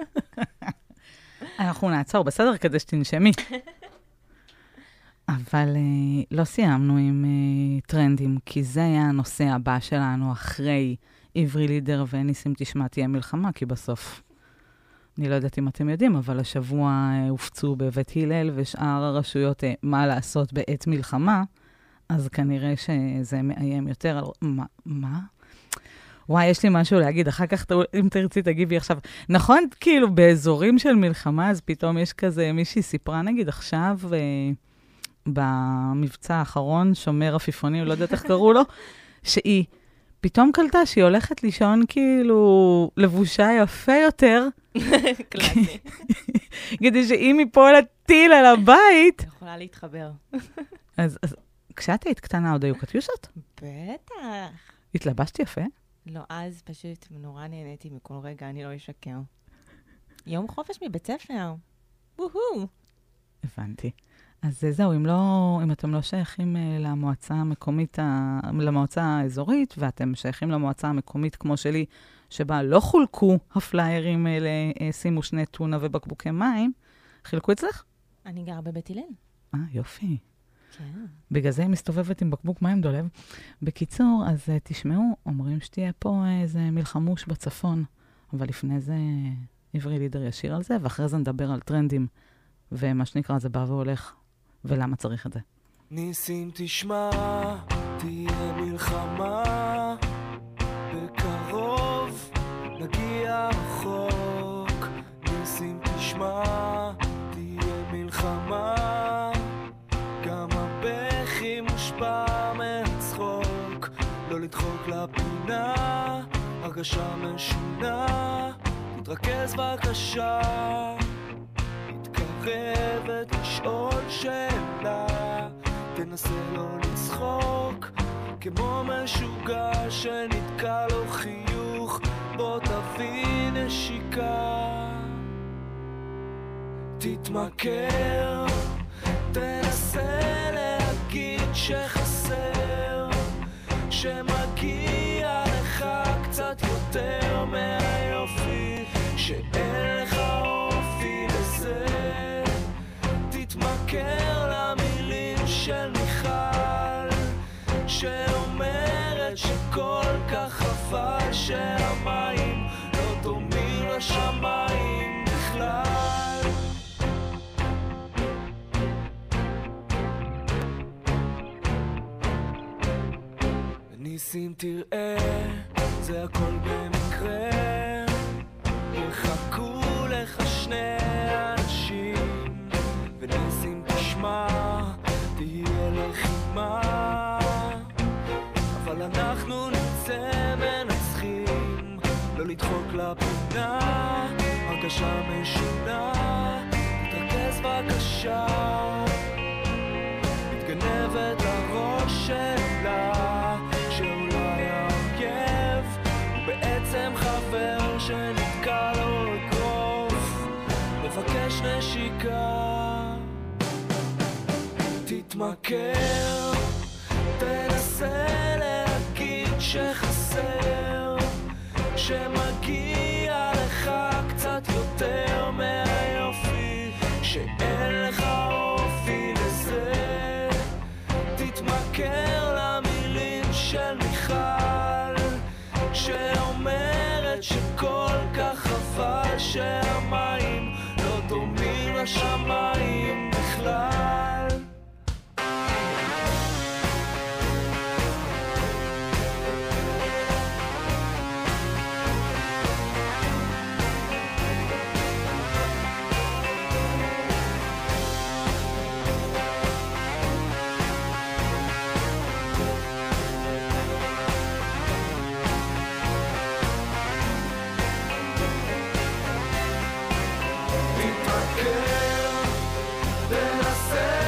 אנחנו נעצור, בסדר? כדי שתנשמי. אבל uh, לא סיימנו עם uh, טרנדים, כי זה היה הנושא הבא שלנו אחרי עברי לידר וניסים תשמע תהיה מלחמה, כי בסוף, אני לא יודעת אם אתם יודעים, אבל השבוע uh, הופצו בבית הלל ושאר הרשויות uh, מה לעשות בעת מלחמה, אז כנראה שזה מאיים יותר על... מה? מה? וואי, יש לי משהו להגיד, אחר כך אם תרצי תגיבי עכשיו. נכון, כאילו באזורים של מלחמה, אז פתאום יש כזה, מישהי סיפרה, נגיד עכשיו, uh, במבצע האחרון, שומר עפיפונים, לא יודעת איך קראו לו, שהיא פתאום קלטה שהיא הולכת לישון כאילו לבושה יפה יותר. קלאסי. כדי שאם ייפול הטיל על הבית... יכולה להתחבר. אז, אז כשאת היית קטנה עוד היו קטיושות? בטח. התלבשת יפה? לא, אז פשוט נורא נהניתי מכל רגע, אני לא אשקר. יום חופש מבית ספר. וואו. הבנתי. אז זהו, אם, לא, אם אתם לא שייכים למועצה המקומית, למועצה האזורית, ואתם שייכים למועצה המקומית כמו שלי, שבה לא חולקו הפליירים האלה, שימו שני טונה ובקבוקי מים, חילקו אצלך? אני גר בבית הלל. אה, יופי. כן. בגלל זה היא מסתובבת עם בקבוק מים דולב. בקיצור, אז תשמעו, אומרים שתהיה פה איזה מלחמוש בצפון, אבל לפני זה עברי לידר ישיר על זה, ואחרי זה נדבר על טרנדים, ומה שנקרא זה בא והולך. ולמה צריך את זה? ניסים תשמע, תהיה מלחמה, בקרוב נגיע רחוק. ניסים תשמע, תהיה מלחמה, גם הבכי מושפע מהצחוק. לא לדחוק לפינה, הרגשה משונה, תתרכז בבקשה, תתקרב לשאול שאלה, תנסה לא לצחוק כמו משוגע שנתקע לו חיוך, בוא תביא נשיקה, תתמכר, תנסה להגיד שחסר, שמגיע לך קצת יותר מהיופי, שאין לך אופי לזה, תתמכר למילים של מיכל שאומרת שכל כך חבל שהמים לא דומים לשמיים בכלל. ניסים תראה, זה הכל במקרה, יחכו לך שני אנשים, וניסים תשמע, תהיה לחימה, אבל אנחנו נצא מנצחים, לא לדחוק לפינה, הרגשה משונה, תתרכז בבקשה, מתגנבת לראש שלה, שאולי האויב הוא בעצם חבר שנתקע לו אגרוף, מבקש נשיקה, תתמכר, תנסה להגיד שחסר, שמגיע לך קצת יותר מהיופי, שאין לך אופי לזה, תתמכר למילים של מיכל שאומרת שכל כך חבל שהמים לא דומים לשמיים בכלל.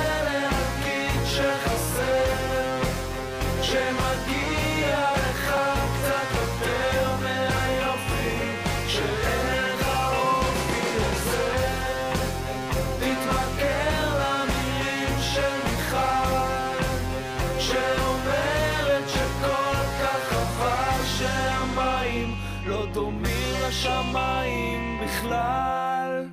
שמגיע לך לא דומים לשמיים בכלל.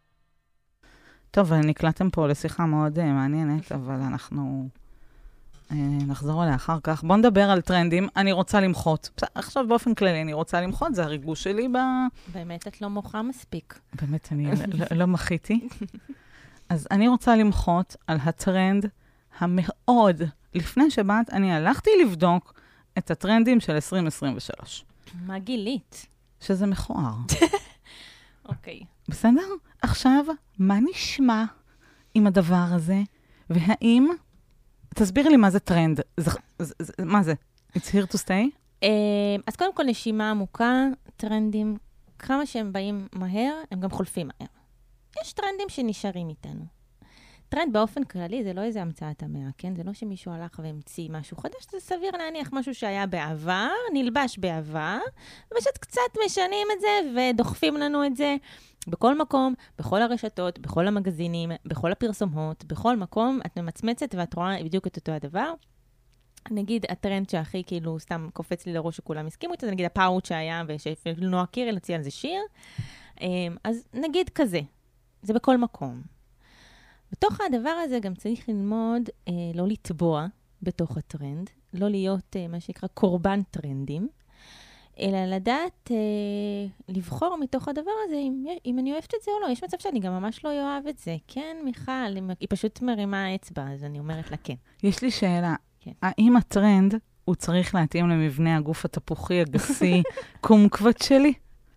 טוב, נקלטתם פה לשיחה מאוד uh, מעניינת, אבל אנחנו uh, נחזור אליה אחר כך. בואו נדבר על טרנדים. אני רוצה למחות. עכשיו באופן כללי אני רוצה למחות, זה הריגוש שלי ב... באמת את לא מוחה מספיק. באמת, אני לא, לא מחיתי. אז אני רוצה למחות על הטרנד המאוד, לפני שבאת, אני הלכתי לבדוק את הטרנדים של עשרים עשרים ושלוש. מה גילית? שזה מכוער. אוקיי. בסדר? עכשיו, מה נשמע עם הדבר הזה? והאם, תסביר לי מה זה טרנד. זה, זה, זה, מה זה? It's here to stay? אז קודם כל נשימה עמוקה, טרנדים, כמה שהם באים מהר, הם גם חולפים מהר. יש טרנדים שנשארים איתנו. טרנד באופן כללי זה לא איזה המצאת המאה, כן? זה לא שמישהו הלך והמציא משהו חדש, זה סביר להניח משהו שהיה בעבר, נלבש בעבר, ופשוט קצת משנים את זה ודוחפים לנו את זה בכל מקום, בכל הרשתות, בכל המגזינים, בכל הפרסומות, בכל מקום, את ממצמצת ואת רואה בדיוק את אותו הדבר. נגיד, הטרנד שהכי כאילו סתם קופץ לי לראש שכולם הסכימו איתו, זה נגיד הפאוט שהיה, ושאפילו נועה קירל הוציא על זה שיר. אז נגיד כזה, זה בכל מקום. בתוך הדבר הזה גם צריך ללמוד אה, לא לטבוע בתוך הטרנד, לא להיות אה, מה שנקרא קורבן טרנדים, אלא לדעת אה, לבחור מתוך הדבר הזה אם, אם אני אוהבת את זה או לא. יש מצב שאני גם ממש לא אוהב את זה. כן, מיכל, היא פשוט מרימה אצבע, אז אני אומרת לה כן. יש לי שאלה. כן. האם הטרנד הוא צריך להתאים למבנה הגוף התפוחי הגסי קומקוות שלי?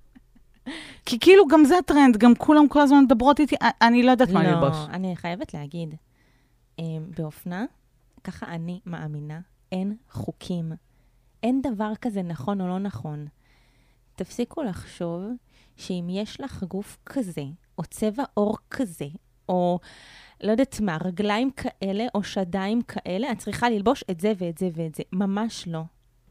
כי כאילו גם זה הטרנד, גם כולם כל הזמן מדברות איתי, אני לא יודעת מה ללבוש. לא, אני חייבת להגיד, באופנה, ככה אני מאמינה, אין חוקים. אין דבר כזה נכון או לא נכון. תפסיקו לחשוב שאם יש לך גוף כזה, או צבע עור כזה, או לא יודעת מה, רגליים כאלה, או שדיים כאלה, את צריכה ללבוש את זה ואת זה ואת זה. ממש לא.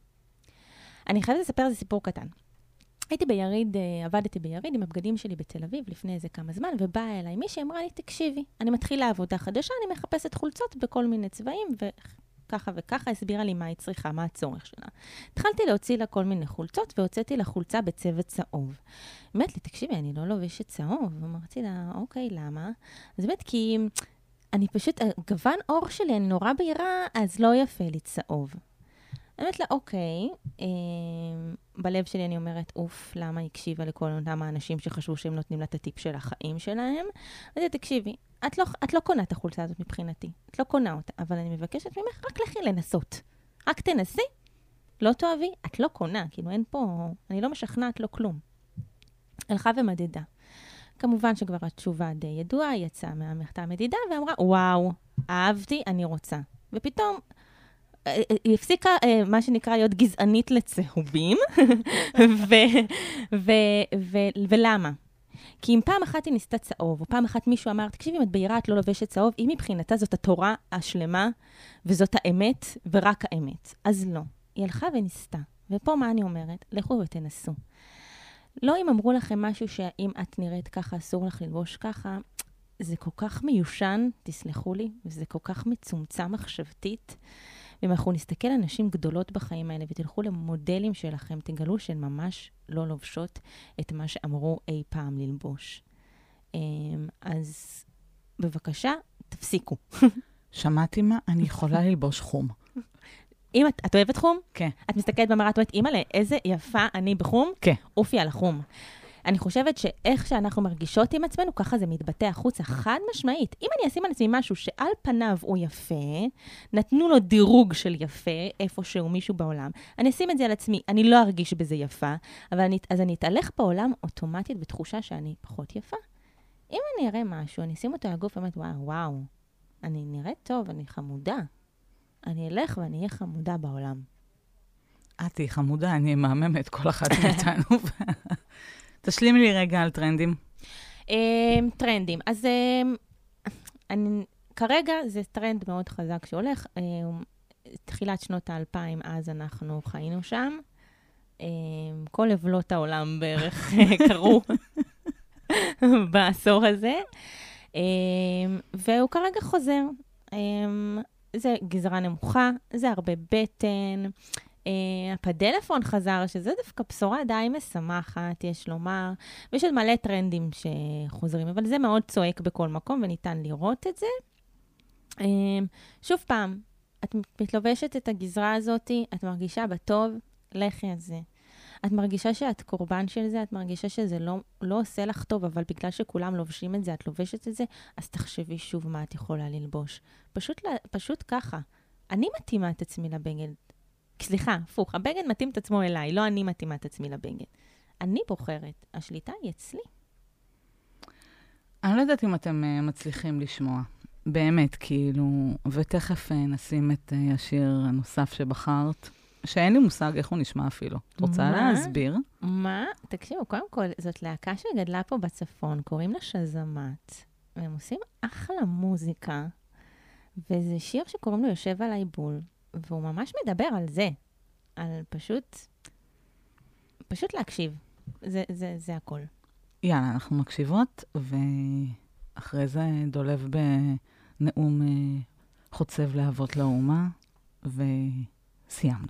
אני חייבת לספר איזה סיפור קטן. הייתי ביריד, עבדתי ביריד עם הבגדים שלי בתל אביב לפני איזה כמה זמן, ובאה אליי מישהי אמרה לי, תקשיבי, אני מתחילה עבודה חדשה, אני מחפשת חולצות בכל מיני צבעים, וככה וככה הסבירה לי מה היא צריכה, מה הצורך שלה. התחלתי להוציא לה כל מיני חולצות, והוצאתי לה חולצה בצבע צהוב. באמת לי, תקשיבי, אני לא לובשת צהוב. אמרתי לה, אוקיי, למה? אז באמת, כי אני פשוט, גוון אור שלי, אני נורא בהירה, אז לא יפה לי צהוב. האמת לה, אוקיי, אה, בלב שלי אני אומרת, אוף, למה היא הקשיבה לכל אותם האנשים שחשבו שהם נותנים לה את הטיפ של החיים שלהם? אז תקשיבי, את לא, את לא קונה את החולצה הזאת מבחינתי, את לא קונה אותה, אבל אני מבקשת ממך רק לכי לנסות. רק תנסי, לא תאהבי, את לא קונה, כאילו אין פה, אני לא משכנעת לו כלום. הלכה ומדדה. כמובן שכבר התשובה די ידועה, יצאה מהמחתה המדידה ואמרה, וואו, אהבתי, אני רוצה. ופתאום, היא הפסיקה, מה שנקרא, להיות גזענית לצהובים, ולמה? כי אם פעם אחת היא ניסתה צהוב, או פעם אחת מישהו אמר, תקשיבי, אם את בהירה, את לא לובשת צהוב, אם מבחינתה זאת התורה השלמה, וזאת האמת, ורק האמת. אז לא. היא הלכה וניסתה. ופה מה אני אומרת? לכו ותנסו. לא אם אמרו לכם משהו שאם את נראית ככה, אסור לך ללבוש ככה, זה כל כך מיושן, תסלחו לי, וזה כל כך מצומצם מחשבתית, ואם אנחנו נסתכל על נשים גדולות בחיים האלה, ותלכו למודלים שלכם, תגלו שהן ממש לא לובשות את מה שאמרו אי פעם ללבוש. אז בבקשה, תפסיקו. שמעתי מה? אני יכולה ללבוש חום. אם את, את אוהבת חום? כן. את מסתכלת במראה, את אומרת, אימא'לה, איזה יפה אני בחום? כן. אופי על החום. אני חושבת שאיך שאנחנו מרגישות עם עצמנו, ככה זה מתבטא החוצה חד משמעית. אם אני אשים על עצמי משהו שעל פניו הוא יפה, נתנו לו דירוג של יפה, איפשהו מישהו בעולם, אני אשים את זה על עצמי, אני לא ארגיש בזה יפה, אבל אני, אז אני אתהלך בעולם אוטומטית בתחושה שאני פחות יפה. אם אני אראה משהו, אני אשים אותו על הגוף, ואומרת, וואו, וואו, אני נראית טוב, אני חמודה. אני אלך ואני אהיה חמודה בעולם. את היא חמודה, אני מאממת כל אחת מאיתנו. תשלימי לי רגע על טרנדים. טרנדים. אז אני, כרגע זה טרנד מאוד חזק שהולך. תחילת שנות האלפיים, אז אנחנו חיינו שם. כל לבלות העולם בערך קרו בעשור הזה. והוא כרגע חוזר. זה גזרה נמוכה, זה הרבה בטן. הפדלפון חזר, שזה דווקא בשורה די משמחת, יש לומר, ויש עוד מלא טרנדים שחוזרים, אבל זה מאוד צועק בכל מקום, וניתן לראות את זה. שוב פעם, את מתלובשת את הגזרה הזאת, את מרגישה בטוב, לכי על זה. את מרגישה שאת קורבן של זה, את מרגישה שזה לא, לא עושה לך טוב, אבל בגלל שכולם לובשים את זה, את לובשת את זה, אז תחשבי שוב מה את יכולה ללבוש. פשוט, פשוט ככה. אני מתאימה את עצמי לבגד. סליחה, הפוך, הבגד מתאים את עצמו אליי, לא אני מתאימה את עצמי לבגד. אני בוחרת, השליטה היא אצלי. אני לא יודעת אם אתם uh, מצליחים לשמוע. באמת, כאילו, ותכף uh, נשים את uh, השיר הנוסף שבחרת, שאין לי מושג איך הוא נשמע אפילו. את רוצה להסביר? מה? תקשיבו, קודם כל, זאת להקה שגדלה פה בצפון, קוראים לה שזמת, והם עושים אחלה מוזיקה, וזה שיר שקוראים לו יושב עליי בול, והוא ממש מדבר על זה, על פשוט, פשוט להקשיב. זה, זה, זה הכל. יאללה, אנחנו מקשיבות, ואחרי זה דולב בנאום חוצב להבות לאומה, וסיימנו.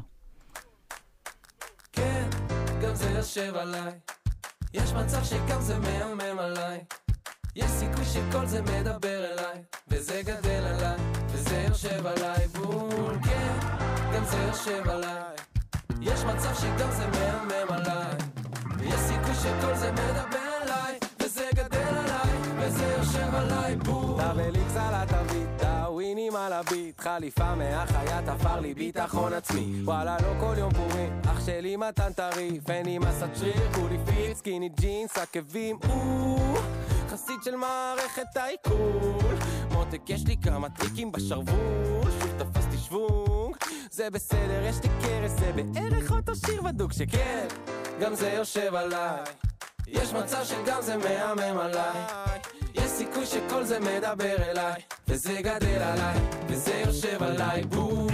כן, גם זה יושב עליי. יש מצב שגם זה מהמם עליי. יש סיכוי שכל זה מדבר אליי, וזה גדל עליי, וזה יושב עליי בול. כן, גם זה יושב עליי. יש מצב שגם זה מהמם עליי. יש סיכוי שכל זה מדבר אליי, וזה גדל עליי, וזה יושב עליי בול. דאבליקס על התווית, דאווינים על הביט, חליפה מהחיה תפר לי ביטחון עצמי. וואלה לא כל יום פורים, אח שלי מתן טריף, אני מסת שריר, כולי פיט, סקיני ג'ינס, עקבים, אוו חסיד של מערכת העיכול. מותק יש לי כמה טריקים בשרוול, שוב תפסתי שוונג, זה בסדר, יש לי קרס, זה בערך אותו שיר בדוק שכן, גם זה יושב עליי. יש מצב שגם זה מהמם עליי. יש סיכוי שכל זה מדבר אליי, וזה גדל עליי, וזה יושב עליי בול.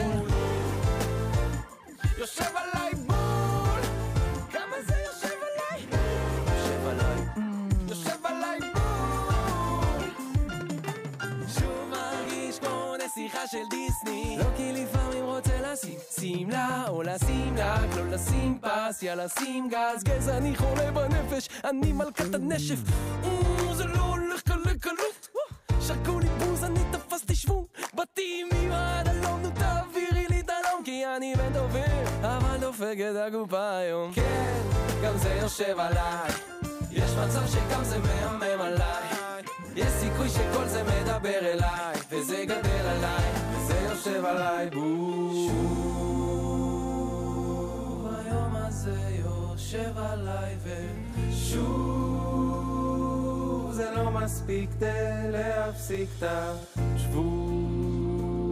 יושב עליי בול. כמה זה יושב עליי? יושב עליי. יושב עליי בול. שוב מרגיש כמו נסיכה של דיסני, לא כי לפעמים רוצה לשים שמלה או לשים לק, לא לשים פס, יאללה שים גז. גזע אני חולה בנפש, אני מלכת הנשף, זה לא הולך קלה קלות. שרקו לי בוז, אני תפסתי שוונג, באתי מיועד הלום, נו תעבירי לי את הלום, כי אני בן טובים, אבל דופק את הקופה היום. כן, גם זה יושב עליי. יש מצב שגם זה מהמם עליי. יש סיכוי שכל זה מדבר אליי, וזה גדל עליי, וזה יושב עליי בול. שוב היום הזה יושב עליי, ושוב זה לא מספיק כדי להפסיק את השבוע.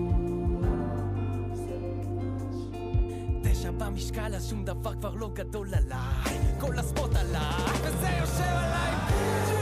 תשע במשקל, אז שום דבר כבר לא גדול עליי, כל הספוט עליי, וזה יושב עליי בול.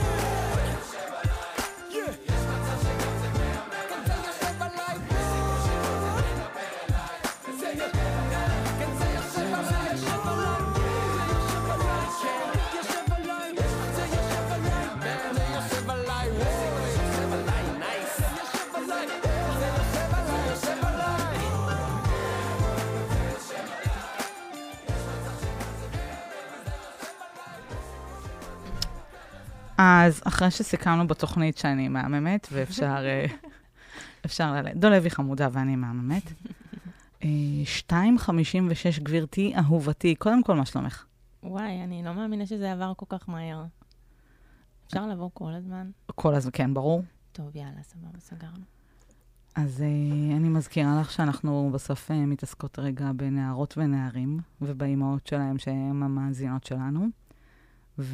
אז אחרי שסיכמנו בתוכנית שאני מהממת, ואפשר אפשר ללכת, דולב היא חמודה ואני מהממת. שתיים חמישים ושש, גבירתי אהובתי, קודם כל מה שלומך? וואי, אני לא מאמינה שזה עבר כל כך מהר. אפשר לעבור כל הזמן? כל הזמן, כן, ברור. טוב, יאללה, סבבה, סגרנו. אז אני מזכירה לך שאנחנו בסוף מתעסקות רגע בנערות ונערים, ובאימהות שלהם שהן המאזינות שלנו. ו...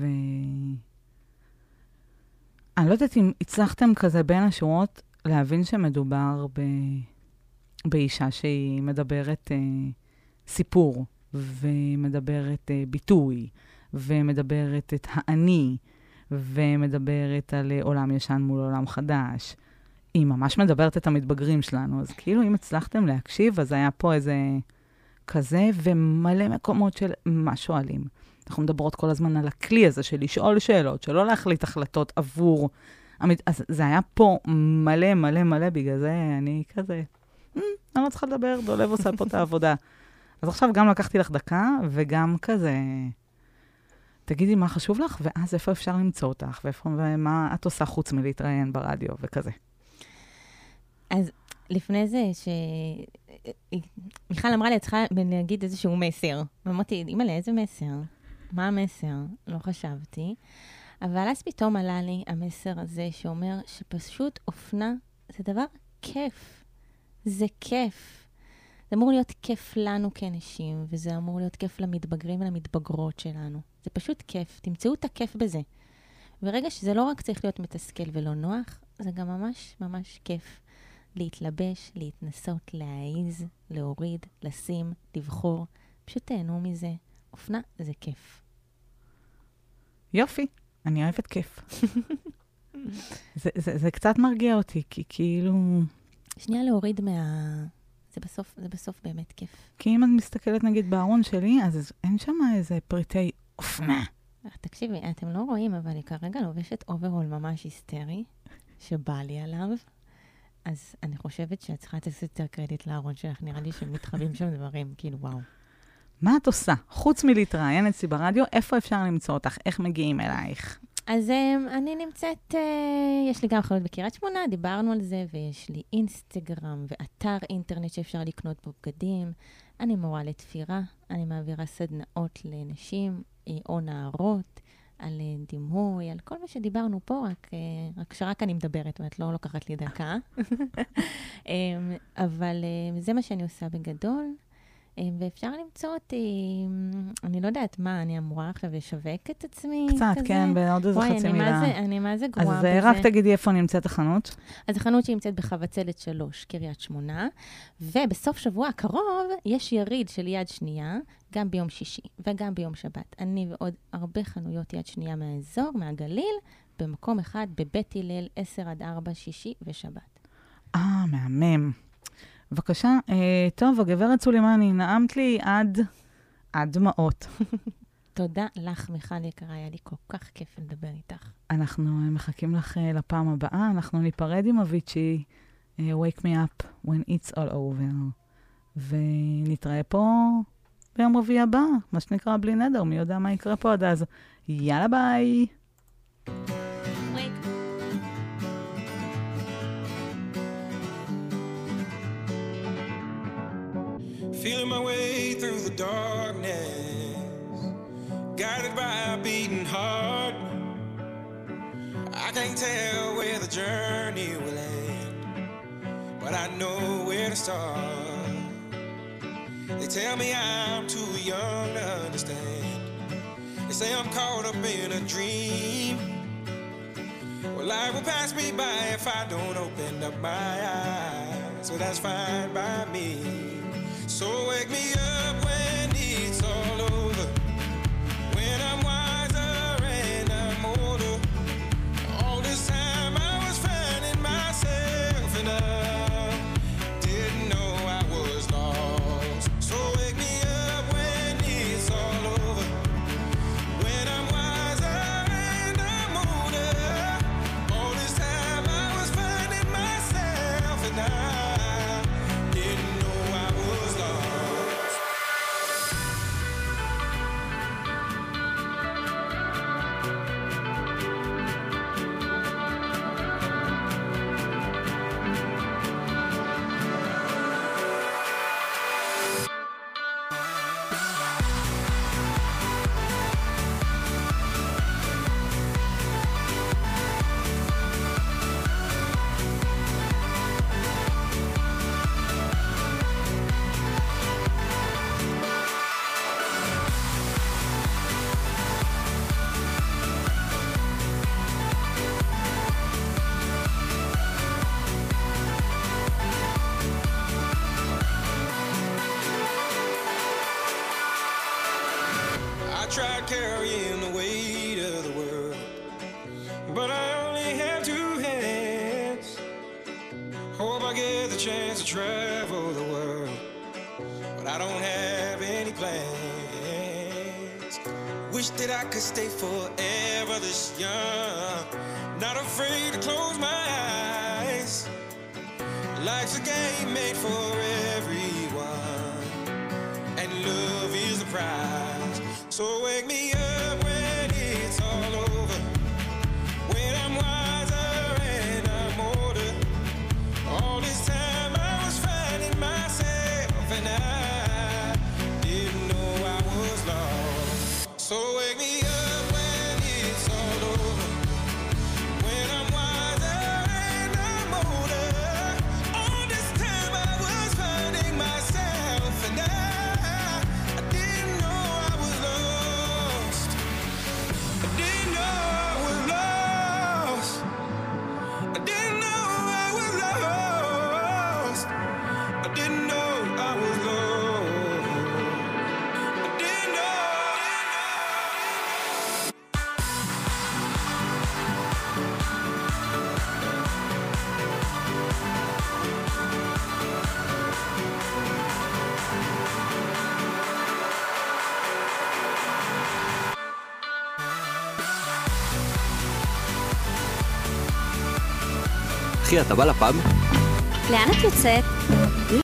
אני לא יודעת אם הצלחתם כזה בין השורות להבין שמדובר ב... באישה שהיא מדברת אה, סיפור, ומדברת אה, ביטוי, ומדברת את האני, ומדברת על עולם ישן מול עולם חדש. היא ממש מדברת את המתבגרים שלנו, אז כאילו אם הצלחתם להקשיב, אז היה פה איזה כזה, ומלא מקומות של מה שואלים. אנחנו מדברות כל הזמן על הכלי הזה של לשאול שאלות, שלא להחליט החלטות עבור. אז זה היה פה מלא מלא מלא, בגלל זה אני כזה, אני לא צריכה לדבר, דולב עושה פה את העבודה. אז עכשיו גם לקחתי לך דקה, וגם כזה, תגידי מה חשוב לך, ואז איפה אפשר למצוא אותך, ואיפה, ומה את עושה חוץ מלהתראיין ברדיו וכזה. אז לפני זה, ש... מיכל אמרה לי, צריכה להגיד איזשהו מסר. ואמרתי, אמא'לה, איזה מסר? מה המסר? לא חשבתי. אבל אז פתאום עלה לי המסר הזה שאומר שפשוט אופנה זה דבר כיף. זה כיף. זה אמור להיות כיף לנו כנשים, וזה אמור להיות כיף למתבגרים ולמתבגרות שלנו. זה פשוט כיף. תמצאו את הכיף בזה. ורגע שזה לא רק צריך להיות מתסכל ולא נוח, זה גם ממש ממש כיף. להתלבש, להתנסות, להעיז, להוריד, לשים, לבחור. פשוט תהנו מזה. אופנה זה כיף. יופי, אני אוהבת כיף. זה, זה, זה קצת מרגיע אותי, כי כאילו... שנייה להוריד מה... זה בסוף, זה בסוף באמת כיף. כי אם את מסתכלת נגיד בארון שלי, אז אין שם איזה פריטי אופנה. תקשיבי, אתם לא רואים, אבל היא כרגע לובשת אוברול ממש היסטרי, שבא לי עליו. אז אני חושבת שאת צריכה לתת יותר קרדיט לארון שלך, נראה לי שמתחבאים שם דברים, כאילו וואו. מה את עושה? חוץ מלהתראיין אצלי ברדיו, איפה אפשר למצוא אותך? איך מגיעים אלייך? אז אני נמצאת, יש לי גם חנות בקריית שמונה, דיברנו על זה, ויש לי אינסטגרם ואתר אינטרנט שאפשר לקנות בו בגדים. אני מורה לתפירה, אני מעבירה סדנאות לנשים או נערות, על דימוי, על כל מה שדיברנו פה, רק, רק שרק אני מדברת, ואת לא לוקחת לי דקה. אבל זה מה שאני עושה בגדול. ואפשר למצוא אותי, אני לא יודעת מה, אני אמורה עכשיו לשווק את עצמי קצת, כזה. כן, בעוד איזה וואי, חצי אני מילה. מה זה, אני מה זה גרועה אז בזה. אז רק תגידי איפה נמצאת החנות. אז החנות שנמצאת בחבצלת שלוש, קריית שמונה, ובסוף שבוע הקרוב יש יריד של יד שנייה, גם ביום שישי וגם ביום שבת. אני ועוד הרבה חנויות יד שנייה מהאזור, מהגליל, במקום אחד בבית הלל, עשר עד ארבע, שישי ושבת. אה, מהמם. בבקשה, אה, טוב, הגברת סולימני, נעמת לי עד, עד דמעות. תודה לך, מיכל יקרה, היה לי כל כך כיף לדבר איתך. אנחנו מחכים לך אה, לפעם הבאה, אנחנו ניפרד עם אביצ'י, אה, Wake me up when it's all over, ונתראה פה ביום רביעי הבא, מה שנקרא בלי נדר, מי יודע מה יקרה פה עד אז. יאללה ביי! Feeling my way through the darkness, guided by a beating heart. I can't tell where the journey will end, but I know where to start. They tell me I'm too young to understand. They say I'm caught up in a dream. Well, life will pass me by if I don't open up my eyes, so that's fine by me. So wake me up when it's all over, when I'm wiser and I'm older. All this time I was finding myself and I didn't know I was lost. So wake me up when it's all over, when I'm wiser and I'm older. All this time I was finding myself and I tried carrying the weight of the world, but I only have two hands. Hope I get the chance to travel the world, but I don't have any plans. Wish that I could stay forever this young, not afraid to close my eyes. Life's a game made for everyone, and cries. So wake me up when it's all over, when I'm wiser and I'm older. All this time I was finding myself and I didn't know I was lost. So wake me up when it's all over, when I'm wiser and I'm older. All this time I was finding myself and I, I didn't know I was lost. I didn't know I was lost. I didn't know I was lost. I didn't know I was lost. I didn't know. אחי, אתה בא לפאב? לאן את יוצאת?